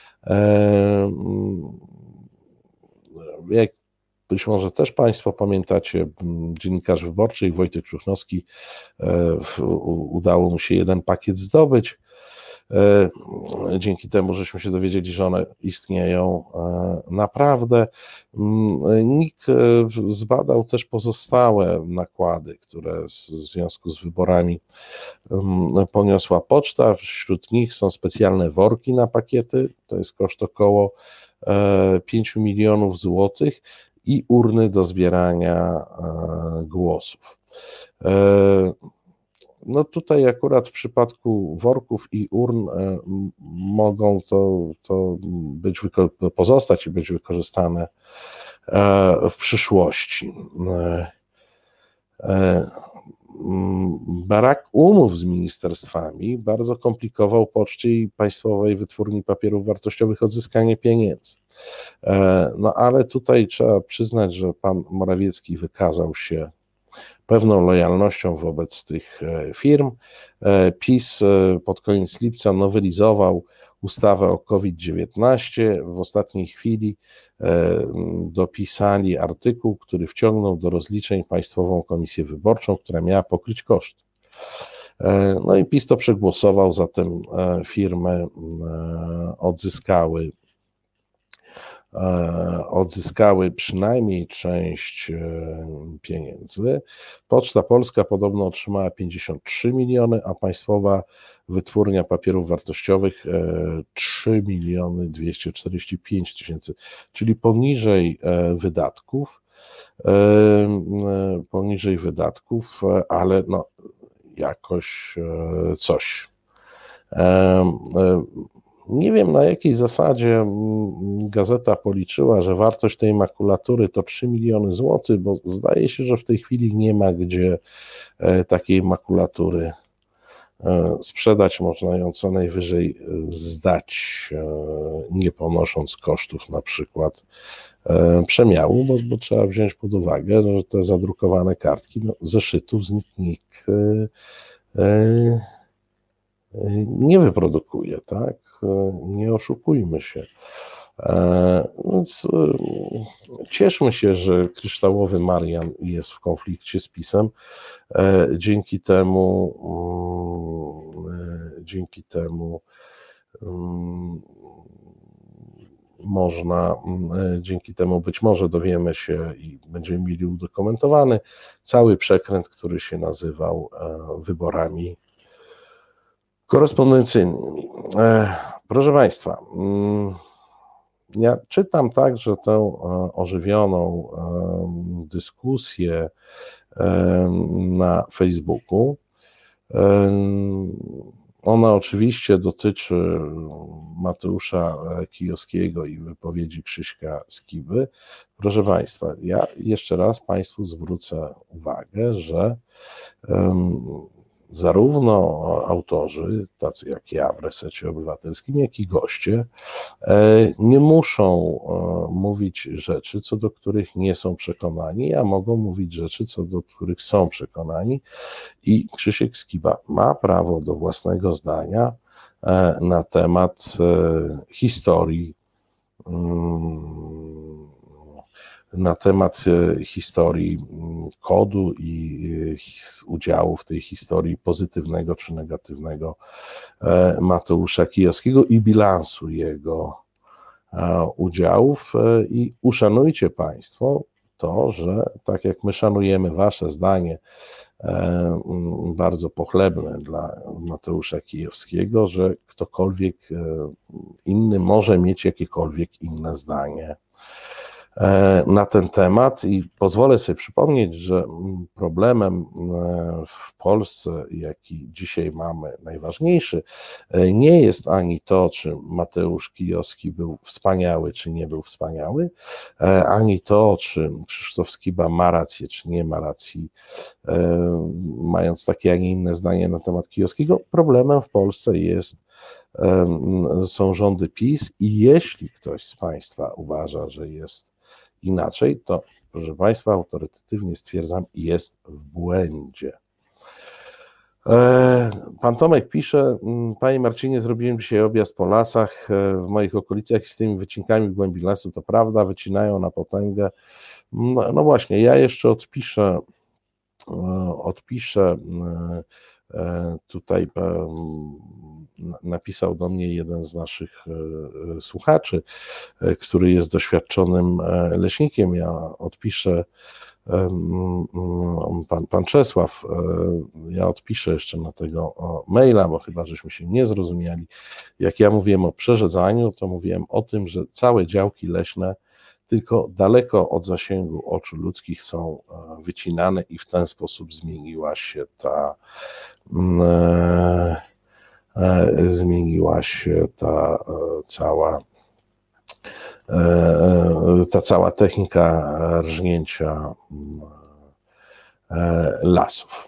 Jak być może też Państwo pamiętacie, dziennikarz wyborczy Wojtek Czuchnowski, udało mu się jeden pakiet zdobyć. Dzięki temu, żeśmy się dowiedzieli, że one istnieją naprawdę. NIK zbadał też pozostałe nakłady, które w związku z wyborami poniosła poczta. Wśród nich są specjalne worki na pakiety, to jest koszt około 5 milionów złotych i urny do zbierania głosów. No tutaj akurat w przypadku worków i urn mogą to pozostać i być wykorzystane w przyszłości. Brak umów z ministerstwami bardzo komplikował Poczcie i Państwowej Wytwórni Papierów Wartościowych odzyskanie pieniędzy. No ale tutaj trzeba przyznać, że pan Morawiecki wykazał się pewną lojalnością wobec tych firm. PiS pod koniec lipca nowelizował ustawę o COVID-19. W ostatniej chwili dopisali artykuł, który wciągnął do rozliczeń Państwową Komisję Wyborczą, która miała pokryć koszty. No i PiS to przegłosował, zatem firmy odzyskały przynajmniej część pieniędzy. Poczta Polska podobno otrzymała 53 miliony, a Państwowa Wytwórnia Papierów Wartościowych 3 miliony 245 tysięcy, czyli poniżej wydatków, ale no jakoś coś. Nie wiem, na jakiej zasadzie gazeta policzyła, że wartość tej makulatury to 3 miliony złotych, bo zdaje się, że w tej chwili nie ma gdzie takiej makulatury sprzedać. Można ją co najwyżej zdać, nie ponosząc kosztów na przykład przemiału, bo trzeba wziąć pod uwagę, że te zadrukowane kartki, zeszytów z nikt nie wyprodukuje, tak? Nie oszukujmy się. Więc cieszmy się, że kryształowy Marian jest w konflikcie z PiS-em. Dzięki temu być może dowiemy się i będziemy mieli udokumentowany cały przekręt, który się nazywał wyborami korespondencyjnymi. Proszę Państwa, ja czytam także tę ożywioną dyskusję na Facebooku. Ona oczywiście dotyczy Mateusza Kijowskiego i wypowiedzi Krzyśka Skiby. Proszę Państwa, ja jeszcze raz Państwu zwrócę uwagę, że zarówno autorzy, tacy jak ja w Resecie Obywatelskim, jak i goście nie muszą mówić rzeczy, co do których nie są przekonani, a mogą mówić rzeczy, co do których są przekonani, i Krzysiek Skiba ma prawo do własnego zdania na temat historii kodu i udziału w tej historii pozytywnego czy negatywnego Mateusza Kijowskiego i bilansu jego udziałów. I uszanujcie Państwo to, że tak jak my szanujemy wasze zdanie, bardzo pochlebne dla Mateusza Kijowskiego, że ktokolwiek inny może mieć jakiekolwiek inne zdanie na ten temat i pozwolę sobie przypomnieć, że problemem w Polsce, jaki dzisiaj mamy, najważniejszy, nie jest ani to, czy Mateusz Kijowski był wspaniały, czy nie był wspaniały, ani to, czy Krzysztof Skiba ma rację, czy nie ma racji, mając takie, a nie inne zdanie na temat Kijowskiego. Problemem w Polsce są rządy PiS i jeśli ktoś z Państwa uważa, że jest inaczej, to proszę Państwa, autorytatywnie stwierdzam, jest w błędzie. Pan Tomek pisze: Panie Marcinie, zrobiłem dzisiaj objazd po lasach w moich okolicach i z tymi wycinkami w głębi lasu, to prawda, wycinają na potęgę. No właśnie, ja jeszcze odpiszę tutaj napisał do mnie jeden z naszych słuchaczy, który jest doświadczonym leśnikiem. Ja odpiszę, pan Czesław, ja odpiszę jeszcze na tego maila, bo chyba żeśmy się nie zrozumieli. Jak ja mówiłem o przerzedzaniu, to mówiłem o tym, że całe działki leśne tylko daleko od zasięgu oczu ludzkich są wycinane i w ten sposób zmieniła się ta cała technika rżnięcia lasów.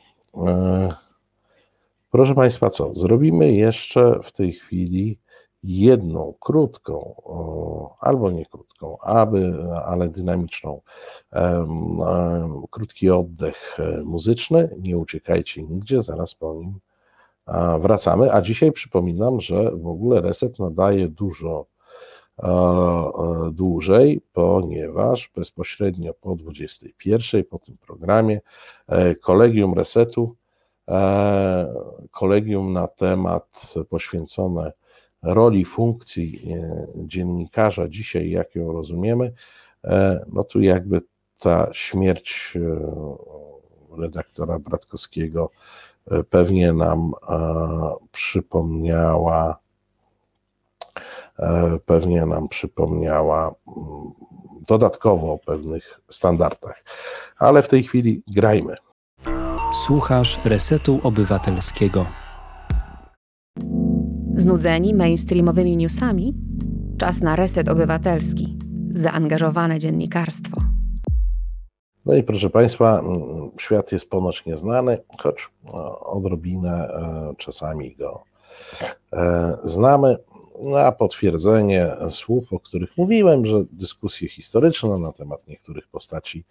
Proszę Państwa, co? Zrobimy jeszcze w tej chwili jedną krótką, albo nie krótką, ale dynamiczną, krótki oddech muzyczny. Nie uciekajcie nigdzie, zaraz po nim wracamy. A dzisiaj przypominam, że w ogóle Reset nadaje dużo dłużej, ponieważ bezpośrednio po 21:00 po tym programie Kolegium Resetu, kolegium na temat poświęcone roli, funkcji dziennikarza dzisiaj, jak ją rozumiemy, no tu jakby ta śmierć redaktora Bratkowskiego pewnie nam przypomniała dodatkowo o pewnych standardach. Ale w tej chwili grajmy.
Słuchasz Resetu Obywatelskiego.
Znudzeni mainstreamowymi newsami? Czas na Reset Obywatelski. Zaangażowane dziennikarstwo.
No i proszę Państwa, świat jest ponoć nieznany, choć odrobinę czasami go znamy. A potwierdzenie słów, o których mówiłem, że dyskusje historyczne na temat niektórych postaci,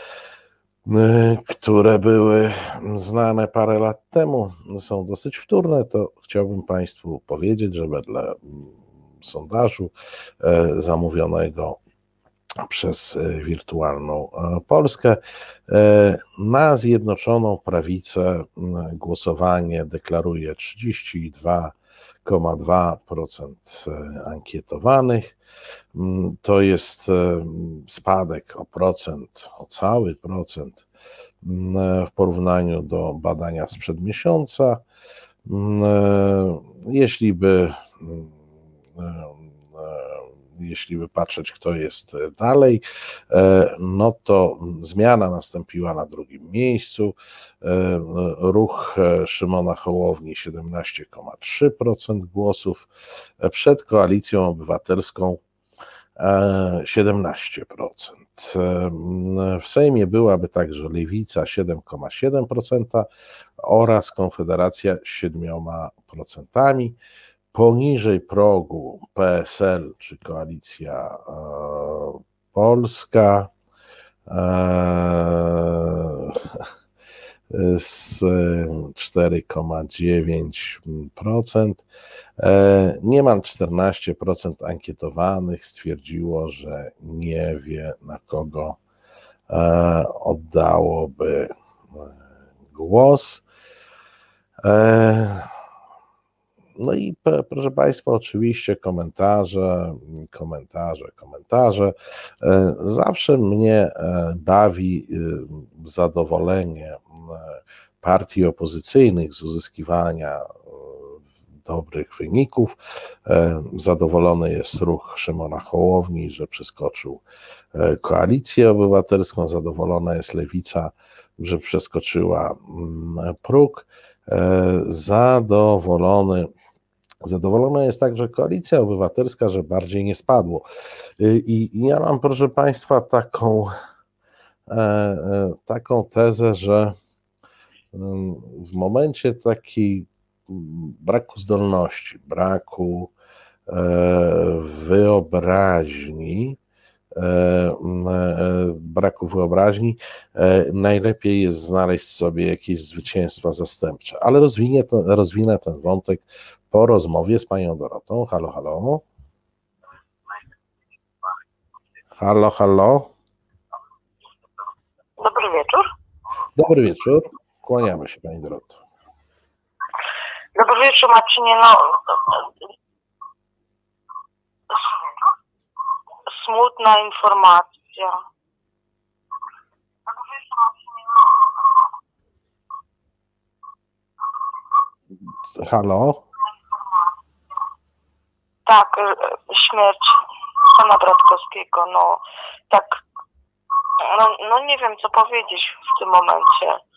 które były znane parę lat temu, są dosyć wtórne, to chciałbym Państwu powiedzieć, że wedle sondażu zamówionego przez Wirtualną Polskę na Zjednoczoną Prawicę głosowanie deklaruje 32,2% ankietowanych. To jest spadek o cały procent w porównaniu do badania sprzed miesiąca. Jeśli by patrzeć, kto jest dalej, no to zmiana nastąpiła na drugim miejscu. Ruch Szymona Hołowni 17,3% głosów, przed Koalicją Obywatelską 17%. W Sejmie byłaby także Lewica 7,7% oraz Konfederacja 7%. Poniżej progu PSL czy Koalicja Polska z 4,9%. Niemal 14% ankietowanych stwierdziło, że nie wie, na kogo oddałoby głos. No i proszę Państwa, oczywiście komentarze. Zawsze mnie bawi zadowolenie partii opozycyjnych z uzyskiwania dobrych wyników. Zadowolony jest ruch Szymona Hołowni, że przeskoczył Koalicję Obywatelską, zadowolona jest Lewica, że przeskoczyła próg. Zadowolona jest także Koalicja Obywatelska, że bardziej nie spadło. I ja mam, proszę Państwa, taką tezę, że w momencie takiej braku zdolności, braku wyobraźni, najlepiej jest znaleźć sobie jakieś zwycięstwa zastępcze. Ale rozwinę ten wątek po rozmowie z panią Dorotą. Halo, halo. Halo, halo.
Dobry wieczór.
Dobry wieczór. Kłaniamy się, pani Doroto.
Dobry wieczór, Marcinie. Smutna informacja.
Halo?
Tak, śmierć pana Bratkowskiego. Nie wiem, co powiedzieć w tym momencie.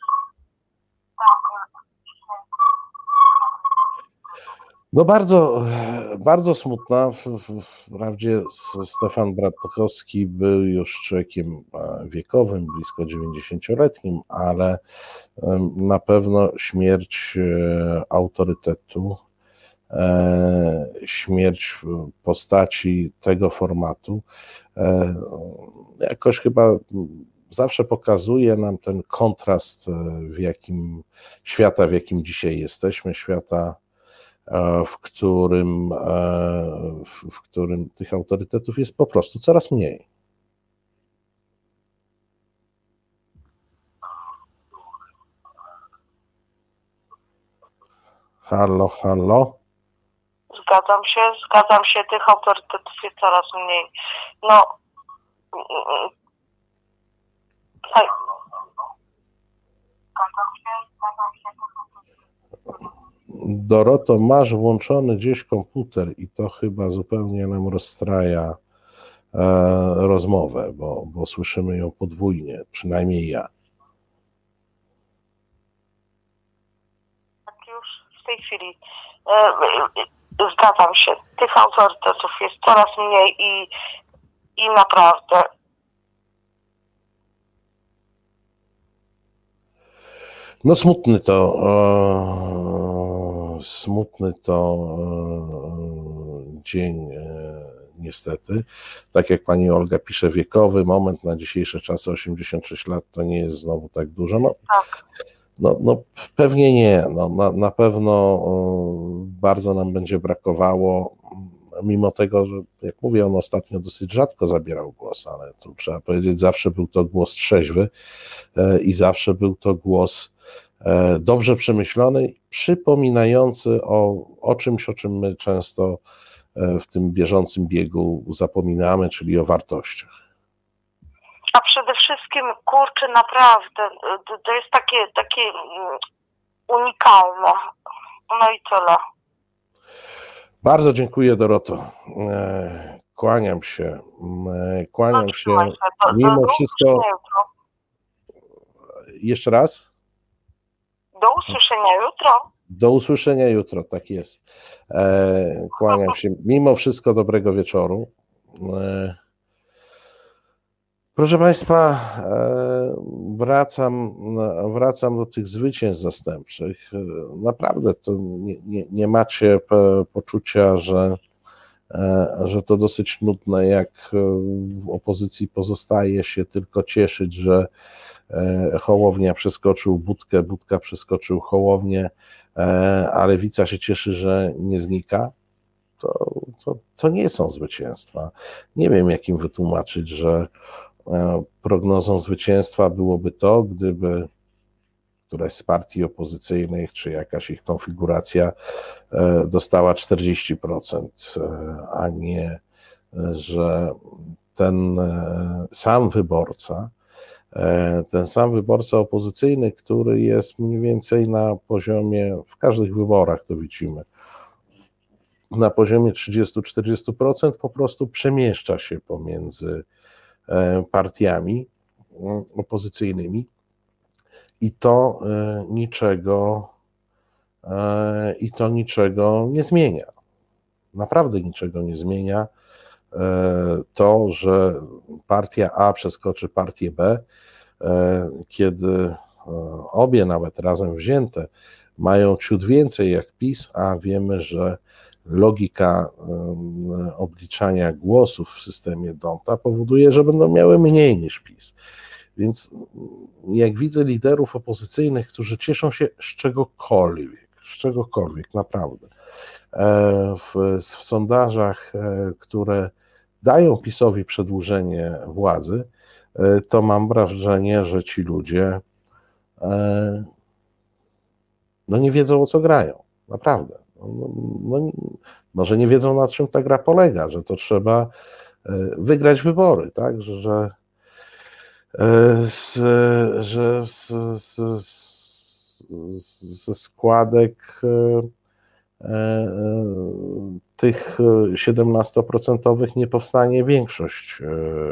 No bardzo, bardzo smutna. Wprawdzie Stefan Bratkowski był już człowiekiem wiekowym, blisko 90-letnim, ale na pewno śmierć autorytetu, śmierć postaci tego formatu jakoś chyba zawsze pokazuje nam ten kontrast świata, w jakim dzisiaj jesteśmy, świata, w którym tych autorytetów jest po prostu coraz mniej. Halo, halo.
Zgadzam się, tych autorytetów jest coraz mniej.
Doroto, masz włączony gdzieś komputer i to chyba zupełnie nam rozstraja rozmowę, bo słyszymy ją podwójnie, przynajmniej ja.
Już w tej chwili zgadzam się, tych autorytetów jest coraz mniej i naprawdę.
No smutny to dzień niestety. Tak jak pani Olga pisze, wiekowy moment na dzisiejsze czasy, 86 lat to nie jest znowu tak dużo.
Tak.
No pewnie nie. Na pewno bardzo nam będzie brakowało, mimo tego, że jak mówię, on ostatnio dosyć rzadko zabierał głos, ale tu trzeba powiedzieć, zawsze był to głos trzeźwy i zawsze był to głos dobrze przemyślony, przypominający o czymś, o czym my często w tym bieżącym biegu zapominamy, czyli o wartościach.
A przede wszystkim, kurczę, naprawdę, to jest takie unikalne. No i tyle.
Bardzo dziękuję, Doroto. Kłaniam się. Mimo wszystko. Jeszcze raz?
Do usłyszenia jutro.
Do usłyszenia jutro, tak jest. Kłaniam się. Mimo wszystko dobrego wieczoru. Proszę Państwa, wracam do tych zwycięstw zastępczych. Naprawdę to nie macie poczucia, że to dosyć nudne, jak w opozycji pozostaje się tylko cieszyć, że Hołownia przeskoczył Budkę, Budka przeskoczył Hołownię, a Lewica się cieszy, że nie znika. To nie są zwycięstwa. Nie wiem, jak im wytłumaczyć, że prognozą zwycięstwa byłoby to, gdyby któraś z partii opozycyjnych, czy jakaś ich konfiguracja dostała 40%, a nie, że ten sam wyborca opozycyjny, który jest mniej więcej na poziomie, w każdych wyborach to widzimy, na poziomie 30-40%, po prostu przemieszcza się pomiędzy partiami opozycyjnymi i to niczego nie zmienia. Naprawdę niczego nie zmienia to, że partia A przeskoczy partię B, kiedy obie nawet razem wzięte mają ciut więcej jak PiS, a wiemy, że logika obliczania głosów w systemie D'Hondta powoduje, że będą miały mniej niż PiS. Więc jak widzę liderów opozycyjnych, którzy cieszą się z czegokolwiek naprawdę, w sondażach, które dają PiS-owi przedłużenie władzy, to mam wrażenie, że ci ludzie nie wiedzą, o co grają. Naprawdę. Może nie wiedzą, na czym ta gra polega, że to trzeba wygrać wybory, tak? Że ze składek tych 17% nie powstanie większość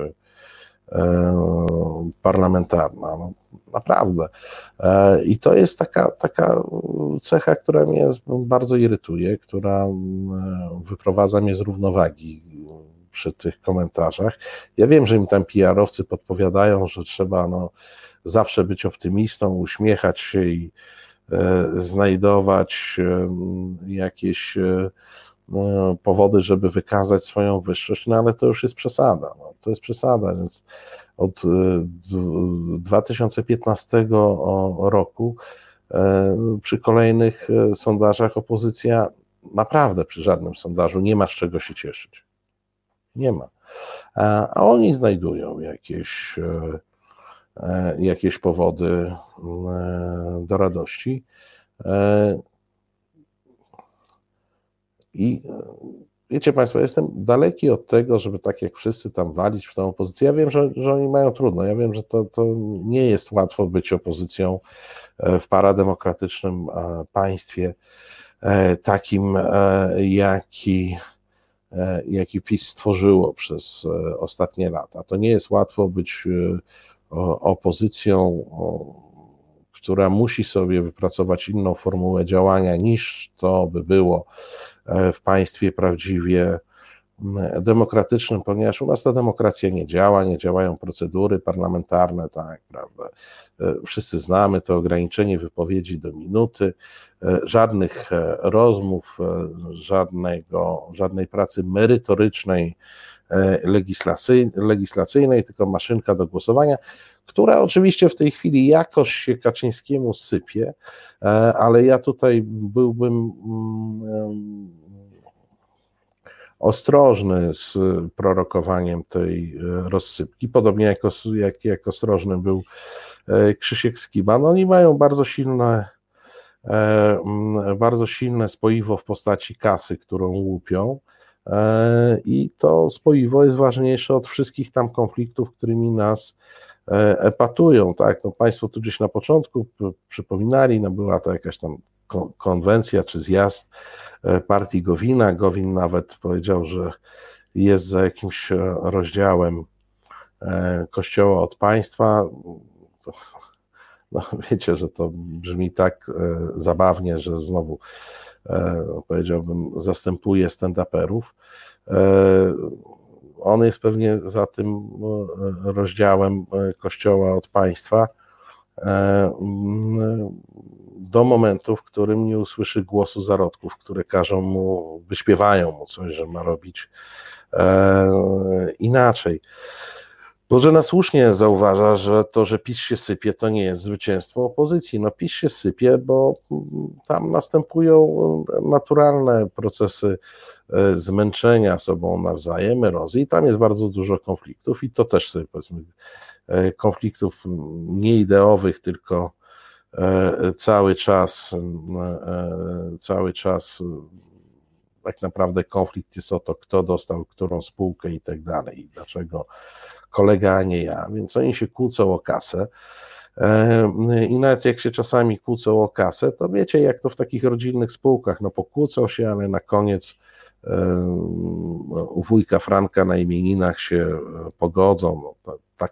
parlamentarna. No, naprawdę. I to jest taka cecha, która mnie bardzo irytuje, która wyprowadza mnie z równowagi przy tych komentarzach. Ja wiem, że mi tam PR-owcy podpowiadają, że trzeba zawsze być optymistą, uśmiechać się i znajdować jakieś powody, żeby wykazać swoją wyższość, ale to już jest przesada. To jest przesada, więc od 2015 roku przy kolejnych sondażach opozycja naprawdę przy żadnym sondażu nie ma z czego się cieszyć. Nie ma. A oni znajdują jakieś powody do radości. I wiecie Państwo, jestem daleki od tego, żeby tak jak wszyscy tam walić w tę opozycję. Ja wiem, że oni mają trudno. Ja wiem, że to nie jest łatwo być opozycją w parademokratycznym państwie, takim jaki PiS stworzyło przez ostatnie lata. To nie jest łatwo być opozycją, która musi sobie wypracować inną formułę działania niż to by było w państwie prawdziwie demokratycznym, ponieważ u nas ta demokracja nie działa, nie działają procedury parlamentarne, tak, prawda. Wszyscy znamy to ograniczenie wypowiedzi do minuty, żadnych rozmów, żadnej pracy merytorycznej, legislacyjnej, tylko maszynka do głosowania, która oczywiście w tej chwili jakoś się Kaczyńskiemu sypie, ale ja tutaj byłbym ostrożny z prorokowaniem tej rozsypki, podobnie jak ostrożny był Krzysiek Skiba. Oni mają bardzo silne spoiwo w postaci kasy, którą łupią, i to spoiwo jest ważniejsze od wszystkich tam konfliktów, którymi nas epatują, tak, Państwo tu gdzieś na początku przypominali, była to jakaś tam konwencja czy zjazd partii Gowina. Gowin nawet powiedział, że jest za jakimś rozdziałem Kościoła od państwa. Wiecie, że to brzmi tak zabawnie, że znowu powiedziałbym, zastępuje stand-uperów. On jest pewnie za tym rozdziałem Kościoła od państwa do momentu, w którym nie usłyszy głosu zarodków, które każą mu, wyśpiewają mu coś, że ma robić inaczej. Bożena słusznie zauważa, że to, że PiS się sypie, to nie jest zwycięstwo opozycji. PiS się sypie, bo tam następują naturalne procesy zmęczenia sobą nawzajem, erozji, i tam jest bardzo dużo konfliktów i to też sobie powiedzmy konfliktów nie ideowych, tylko cały czas tak naprawdę konflikt jest o to, kto dostał którą spółkę i tak dalej, i dlaczego kolega, a nie ja, więc oni się kłócą o kasę. I nawet jak się czasami kłócą o kasę, to wiecie, jak to w takich rodzinnych spółkach, no pokłócą się, ale na koniec u wujka Franka na imieninach się pogodzą, no,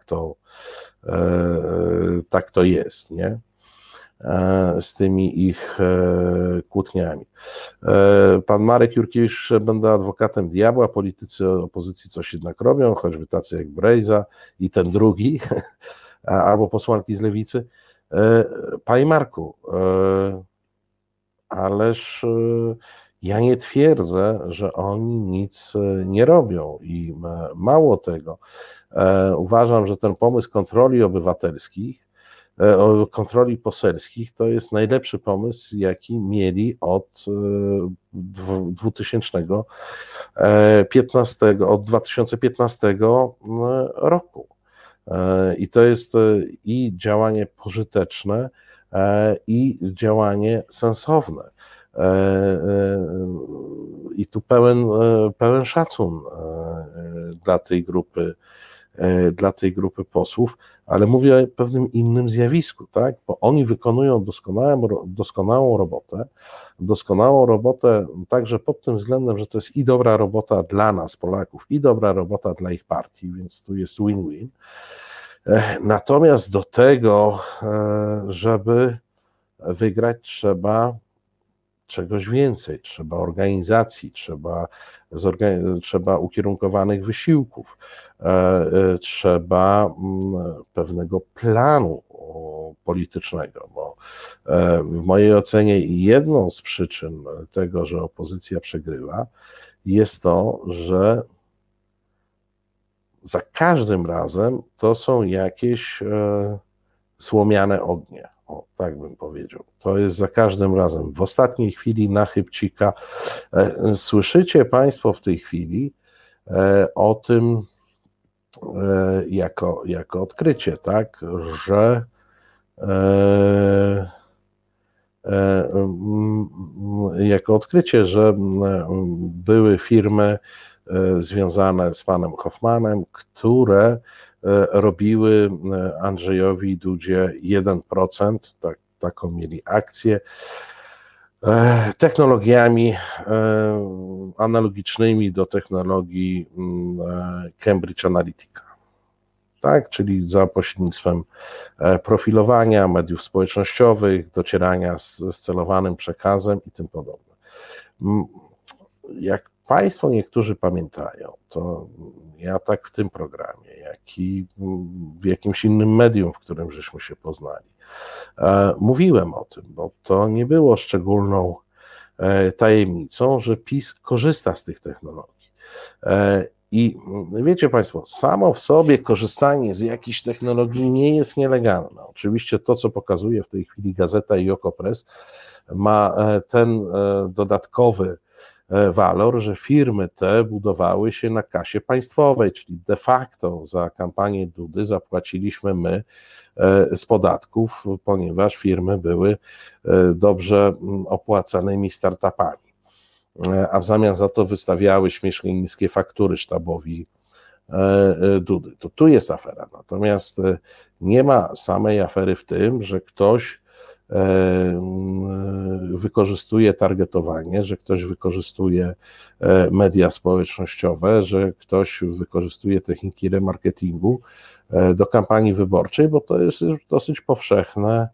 tak to jest, nie? Z tymi ich kłótniami. Pan Marek Jurkiewicz będę adwokatem diabła, politycy opozycji coś jednak robią, choćby tacy jak Brejza i ten drugi, albo posłanki z Lewicy. Panie Marku, ależ ja nie twierdzę, że oni nic nie robią i mało tego, uważam, że ten pomysł kontroli obywatelskich, kontroli poselskich to jest najlepszy pomysł, jaki mieli od 2015 roku. I to jest i działanie pożyteczne, i działanie sensowne. I tu pełen szacun dla tej grupy posłów, ale mówię o pewnym innym zjawisku, tak? Bo oni wykonują doskonałą robotę także pod tym względem, że to jest i dobra robota dla nas, Polaków, i dobra robota dla ich partii, więc tu jest win-win. Natomiast do tego, żeby wygrać, trzeba czegoś więcej, trzeba organizacji, trzeba ukierunkowanych wysiłków, trzeba pewnego planu politycznego, bo w mojej ocenie jedną z przyczyn tego, że opozycja przegrywa, jest to, że za każdym razem to są jakieś słomiane ognie. O, tak bym powiedział. To jest za każdym razem. W ostatniej chwili na chybcika. Słyszycie Państwo w tej chwili o tym jako odkrycie, tak, że były firmy związane z panem Hoffmanem, które robiły Andrzejowi Dudzie 1%, taką mieli akcję, technologiami analogicznymi do technologii Cambridge Analytica, tak? Czyli za pośrednictwem profilowania mediów społecznościowych, docierania z celowanym przekazem i tym podobne. Jak Państwo niektórzy pamiętają, to ja tak w tym programie, jak i w jakimś innym medium, w którym żeśmy się poznali, mówiłem o tym, bo to nie było szczególną tajemnicą, że PiS korzysta z tych technologii. I wiecie Państwo, samo w sobie korzystanie z jakichś technologii nie jest nielegalne. Oczywiście to, co pokazuje w tej chwili Gazeta i Okopres, ma ten dodatkowy walor, że firmy te budowały się na kasie państwowej, czyli de facto za kampanię Dudy zapłaciliśmy my z podatków, ponieważ firmy były dobrze opłacanymi startupami, a w zamian za to wystawiały śmiesznie niskie faktury sztabowi Dudy. To tu jest afera, natomiast nie ma samej afery w tym, że ktoś wykorzystuje targetowanie, że ktoś wykorzystuje media społecznościowe, że ktoś wykorzystuje techniki remarketingu do kampanii wyborczej, bo to jest już dosyć powszechne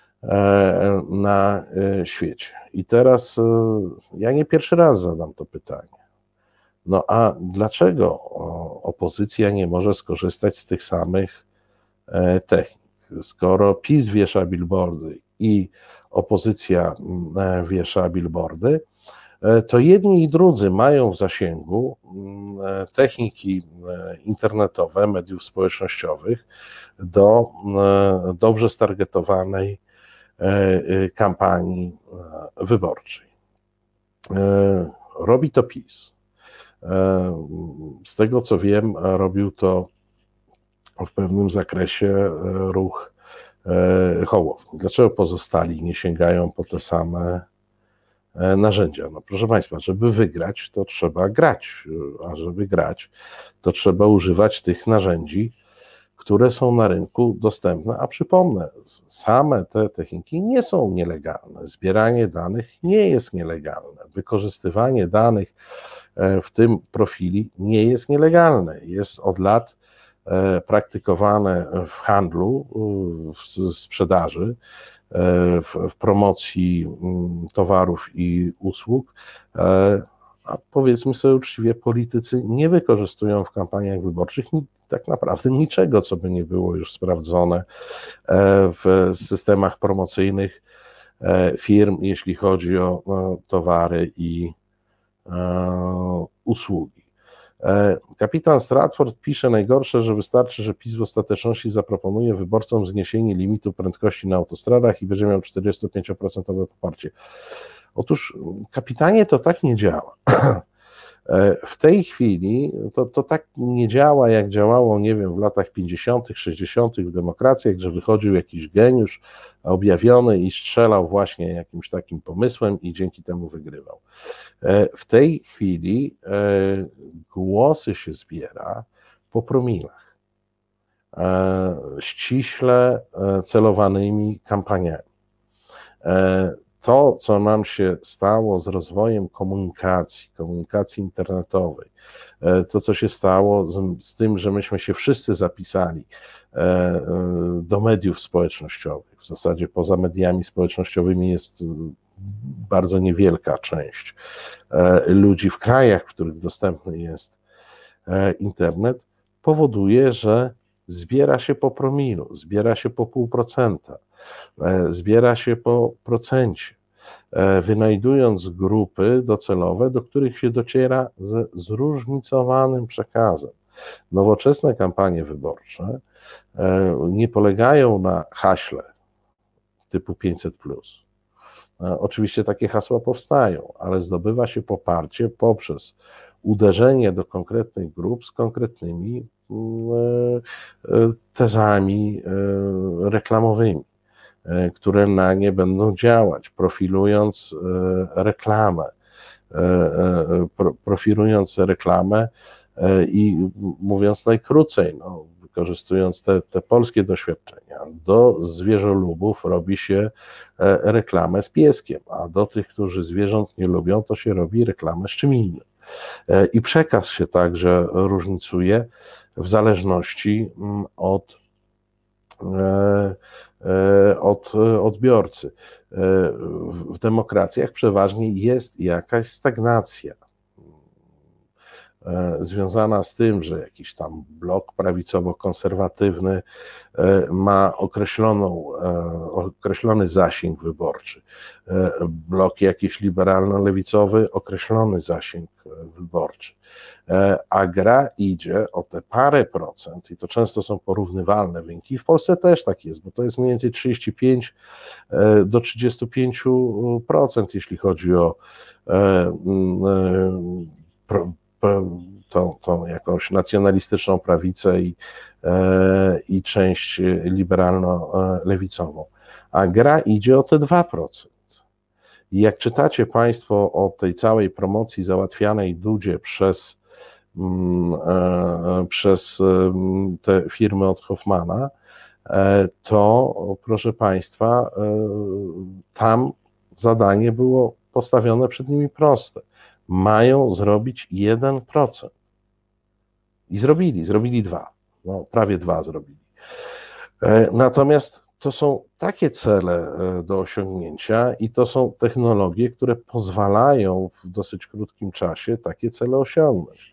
na świecie. I teraz ja nie pierwszy raz zadam to pytanie. No a dlaczego opozycja nie może skorzystać z tych samych technik? Skoro PiS wiesza billboardy i opozycja wiesza billboardy, to jedni i drudzy mają w zasięgu techniki internetowe, mediów społecznościowych do dobrze stargetowanej kampanii wyborczej. Robi to PiS. Z tego co wiem, robił to w pewnym zakresie ruch Hołowni. Dlaczego pozostali nie sięgają po te same narzędzia? No proszę Państwa, żeby wygrać, to trzeba grać, a żeby grać, to trzeba używać tych narzędzi, które są na rynku dostępne, a przypomnę, same te techniki nie są nielegalne, zbieranie danych nie jest nielegalne, wykorzystywanie danych w tym profili nie jest nielegalne, jest od lat praktykowane w handlu, w sprzedaży, w promocji towarów i usług, a powiedzmy sobie uczciwie, politycy nie wykorzystują w kampaniach wyborczych tak naprawdę niczego, co by nie było już sprawdzone w systemach promocyjnych firm, jeśli chodzi o towary i usługi. Kapitan Stratford pisze, najgorsze, że wystarczy, że PiS w ostateczności zaproponuje wyborcom zniesienie limitu prędkości na autostradach i będzie miał 45% poparcie. Otóż, kapitanie, to tak nie działa. W tej chwili to tak nie działa, jak działało, nie wiem, w latach 50., 60. w demokracjach, że wychodził jakiś geniusz objawiony i strzelał właśnie jakimś takim pomysłem i dzięki temu wygrywał. W tej chwili głosy się zbiera po promilach, ściśle celowanymi kampaniami. To, co nam się stało z rozwojem komunikacji internetowej, to, co się stało z tym, że myśmy się wszyscy zapisali do mediów społecznościowych, w zasadzie poza mediami społecznościowymi jest bardzo niewielka część ludzi w krajach, w których dostępny jest internet, powoduje, że zbiera się po promilu, zbiera się po 0,5%, zbiera się po procencie, wynajdując grupy docelowe, do których się dociera ze zróżnicowanym przekazem. Nowoczesne kampanie wyborcze nie polegają na haśle typu 500+. Oczywiście takie hasła powstają, ale zdobywa się poparcie poprzez uderzenie do konkretnych grup z konkretnymi tezami reklamowymi, które na nie będą działać, profilując reklamę i mówiąc najkrócej, no, wykorzystując te polskie doświadczenia, do zwierzolubów robi się reklamę z pieskiem, a do tych, którzy zwierząt nie lubią, to się robi reklamę z czym innym. I przekaz się także różnicuje w zależności od odbiorcy. W demokracjach przeważnie jest jakaś stagnacja związana z tym, że jakiś tam blok prawicowo-konserwatywny ma określony zasięg wyborczy, blok jakiś liberalno-lewicowy określony zasięg wyborczy, a gra idzie o te parę procent i to często są porównywalne wyniki. W Polsce też tak jest, bo to jest mniej więcej 35 do 35%, jeśli chodzi o tą jakąś nacjonalistyczną prawicę i część liberalno-lewicową. A gra idzie o te 2%. I jak czytacie Państwo o tej całej promocji załatwianej Dudzie przez te firmy od Hoffmana, to proszę Państwa, tam zadanie było postawione przed nimi proste. Mają zrobić 1%. I zrobili 2. No, prawie 2 zrobili. Natomiast to są takie cele do osiągnięcia i to są technologie, które pozwalają w dosyć krótkim czasie takie cele osiągnąć.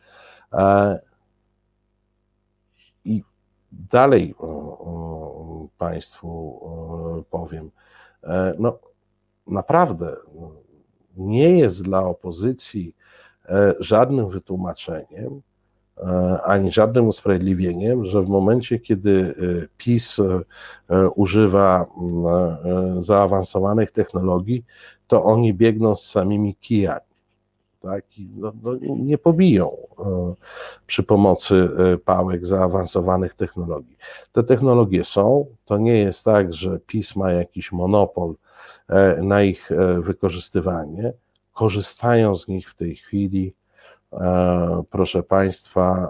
I dalej Państwu powiem, no naprawdę nie jest dla opozycji żadnym wytłumaczeniem, ani żadnym usprawiedliwieniem, że w momencie, kiedy PiS używa zaawansowanych technologii, to oni biegną z samymi kijami. tak? I nie pobiją przy pomocy pałek zaawansowanych technologii. Te technologie są, to nie jest tak, że PiS ma jakiś monopol na ich wykorzystywanie. Korzystają z nich w tej chwili, proszę Państwa,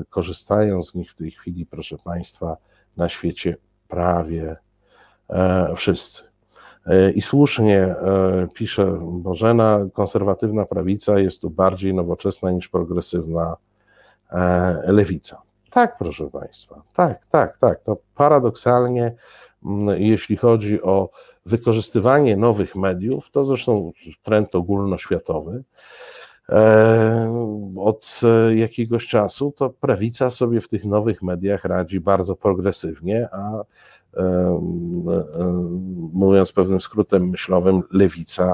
na świecie prawie wszyscy. I słusznie pisze Bożena, konserwatywna prawica jest tu bardziej nowoczesna niż progresywna lewica. Tak, proszę Państwa, tak. To paradoksalnie, jeśli chodzi o wykorzystywanie nowych mediów, to zresztą trend ogólnoświatowy, od jakiegoś czasu, to prawica sobie w tych nowych mediach radzi bardzo progresywnie, a mówiąc pewnym skrótem myślowym, lewica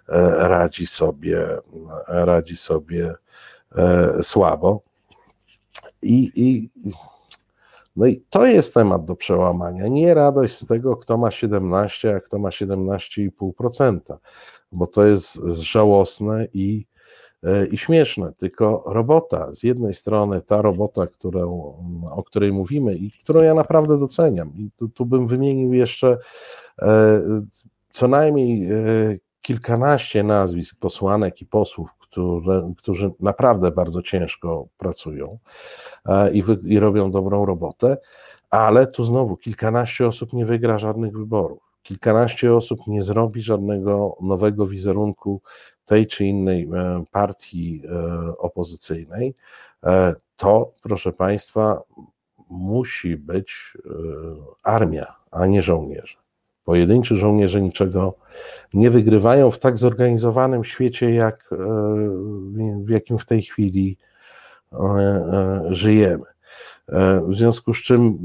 radzi sobie słabo. No i to jest temat do przełamania. Nie radość z tego, kto ma 17, a kto ma 17,5%, bo to jest żałosne i śmieszne, tylko robota, z jednej strony ta robota, o której mówimy i którą ja naprawdę doceniam, i tu bym wymienił jeszcze co najmniej kilkanaście nazwisk posłanek i posłów, którzy naprawdę bardzo ciężko pracują i robią dobrą robotę, ale tu znowu kilkanaście osób nie wygra żadnych wyborów. Kilkanaście osób nie zrobi żadnego nowego wizerunku tej czy innej partii opozycyjnej. To, proszę Państwa, musi być armia, a nie żołnierze. Pojedynczy żołnierze niczego nie wygrywają w tak zorganizowanym świecie, w jakim w tej chwili żyjemy. W związku z czym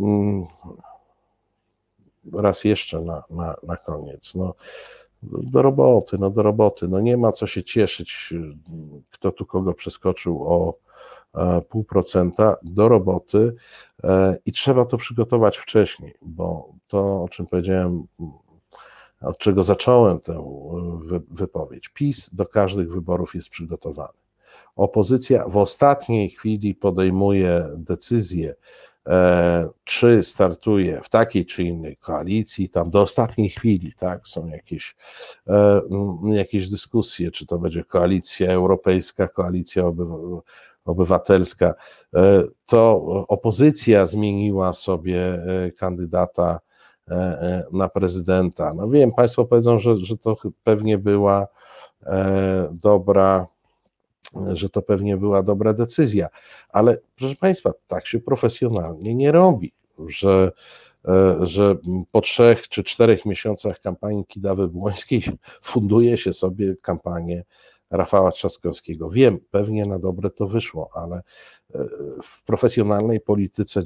raz jeszcze na koniec, do roboty, nie ma co się cieszyć, kto tu kogo przeskoczył o 0,5%, do roboty i trzeba to przygotować wcześniej, bo to, o czym powiedziałem, od czego zacząłem tę wypowiedź, PiS do każdych wyborów jest przygotowany. Opozycja w ostatniej chwili podejmuje decyzję, czy startuje w takiej czy innej koalicji, tam do ostatniej chwili, tak, są jakieś dyskusje, czy to będzie koalicja europejska, koalicja obywatelska, to opozycja zmieniła sobie kandydata na prezydenta. No wiem, Państwo powiedzą, że to pewnie była dobra decyzja, ale proszę Państwa, tak się profesjonalnie nie robi, że po 3 czy 4 miesiącach kampanii Kidawy-Błońskiej funduje się sobie kampanię Rafała Trzaskowskiego. Wiem, pewnie na dobre to wyszło, ale w profesjonalnej polityce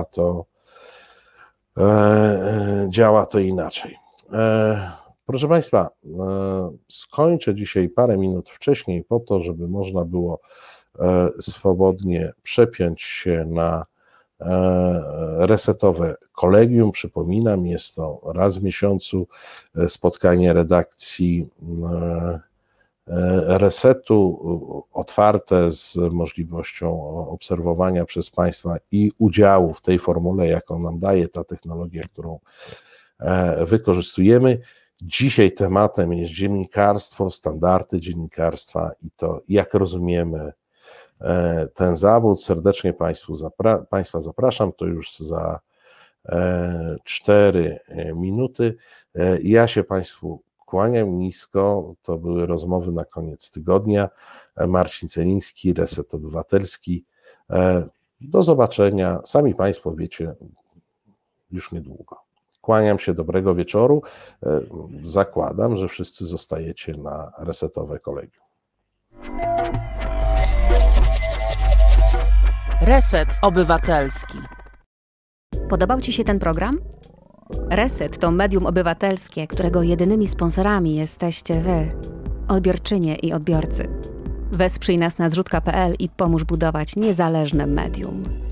działa to inaczej. Proszę Państwa, skończę dzisiaj parę minut wcześniej po to, żeby można było swobodnie przepiąć się na resetowe kolegium. Przypominam, jest to raz w miesiącu spotkanie redakcji Resetu, otwarte z możliwością obserwowania przez Państwa i udziału w tej formule, jaką nam daje ta technologia, którą wykorzystujemy. Dzisiaj tematem jest dziennikarstwo, standardy dziennikarstwa i to, jak rozumiemy ten zawód. Serdecznie Państwa zapraszam, to już za 4 minuty. Ja się Państwu kłaniam nisko, to były rozmowy na koniec tygodnia. Marcin Celiński, Reset Obywatelski. Do zobaczenia, sami Państwo wiecie, już niedługo. Kłaniam się, dobrego wieczoru. Zakładam, że wszyscy zostajecie na resetowe kolegium.
Reset Obywatelski.
Podobał Ci się ten program? Reset to medium obywatelskie, którego jedynymi sponsorami jesteście Wy, odbiorczynie i odbiorcy. Wesprzyj nas na zrzutka.pl i pomóż budować niezależne medium.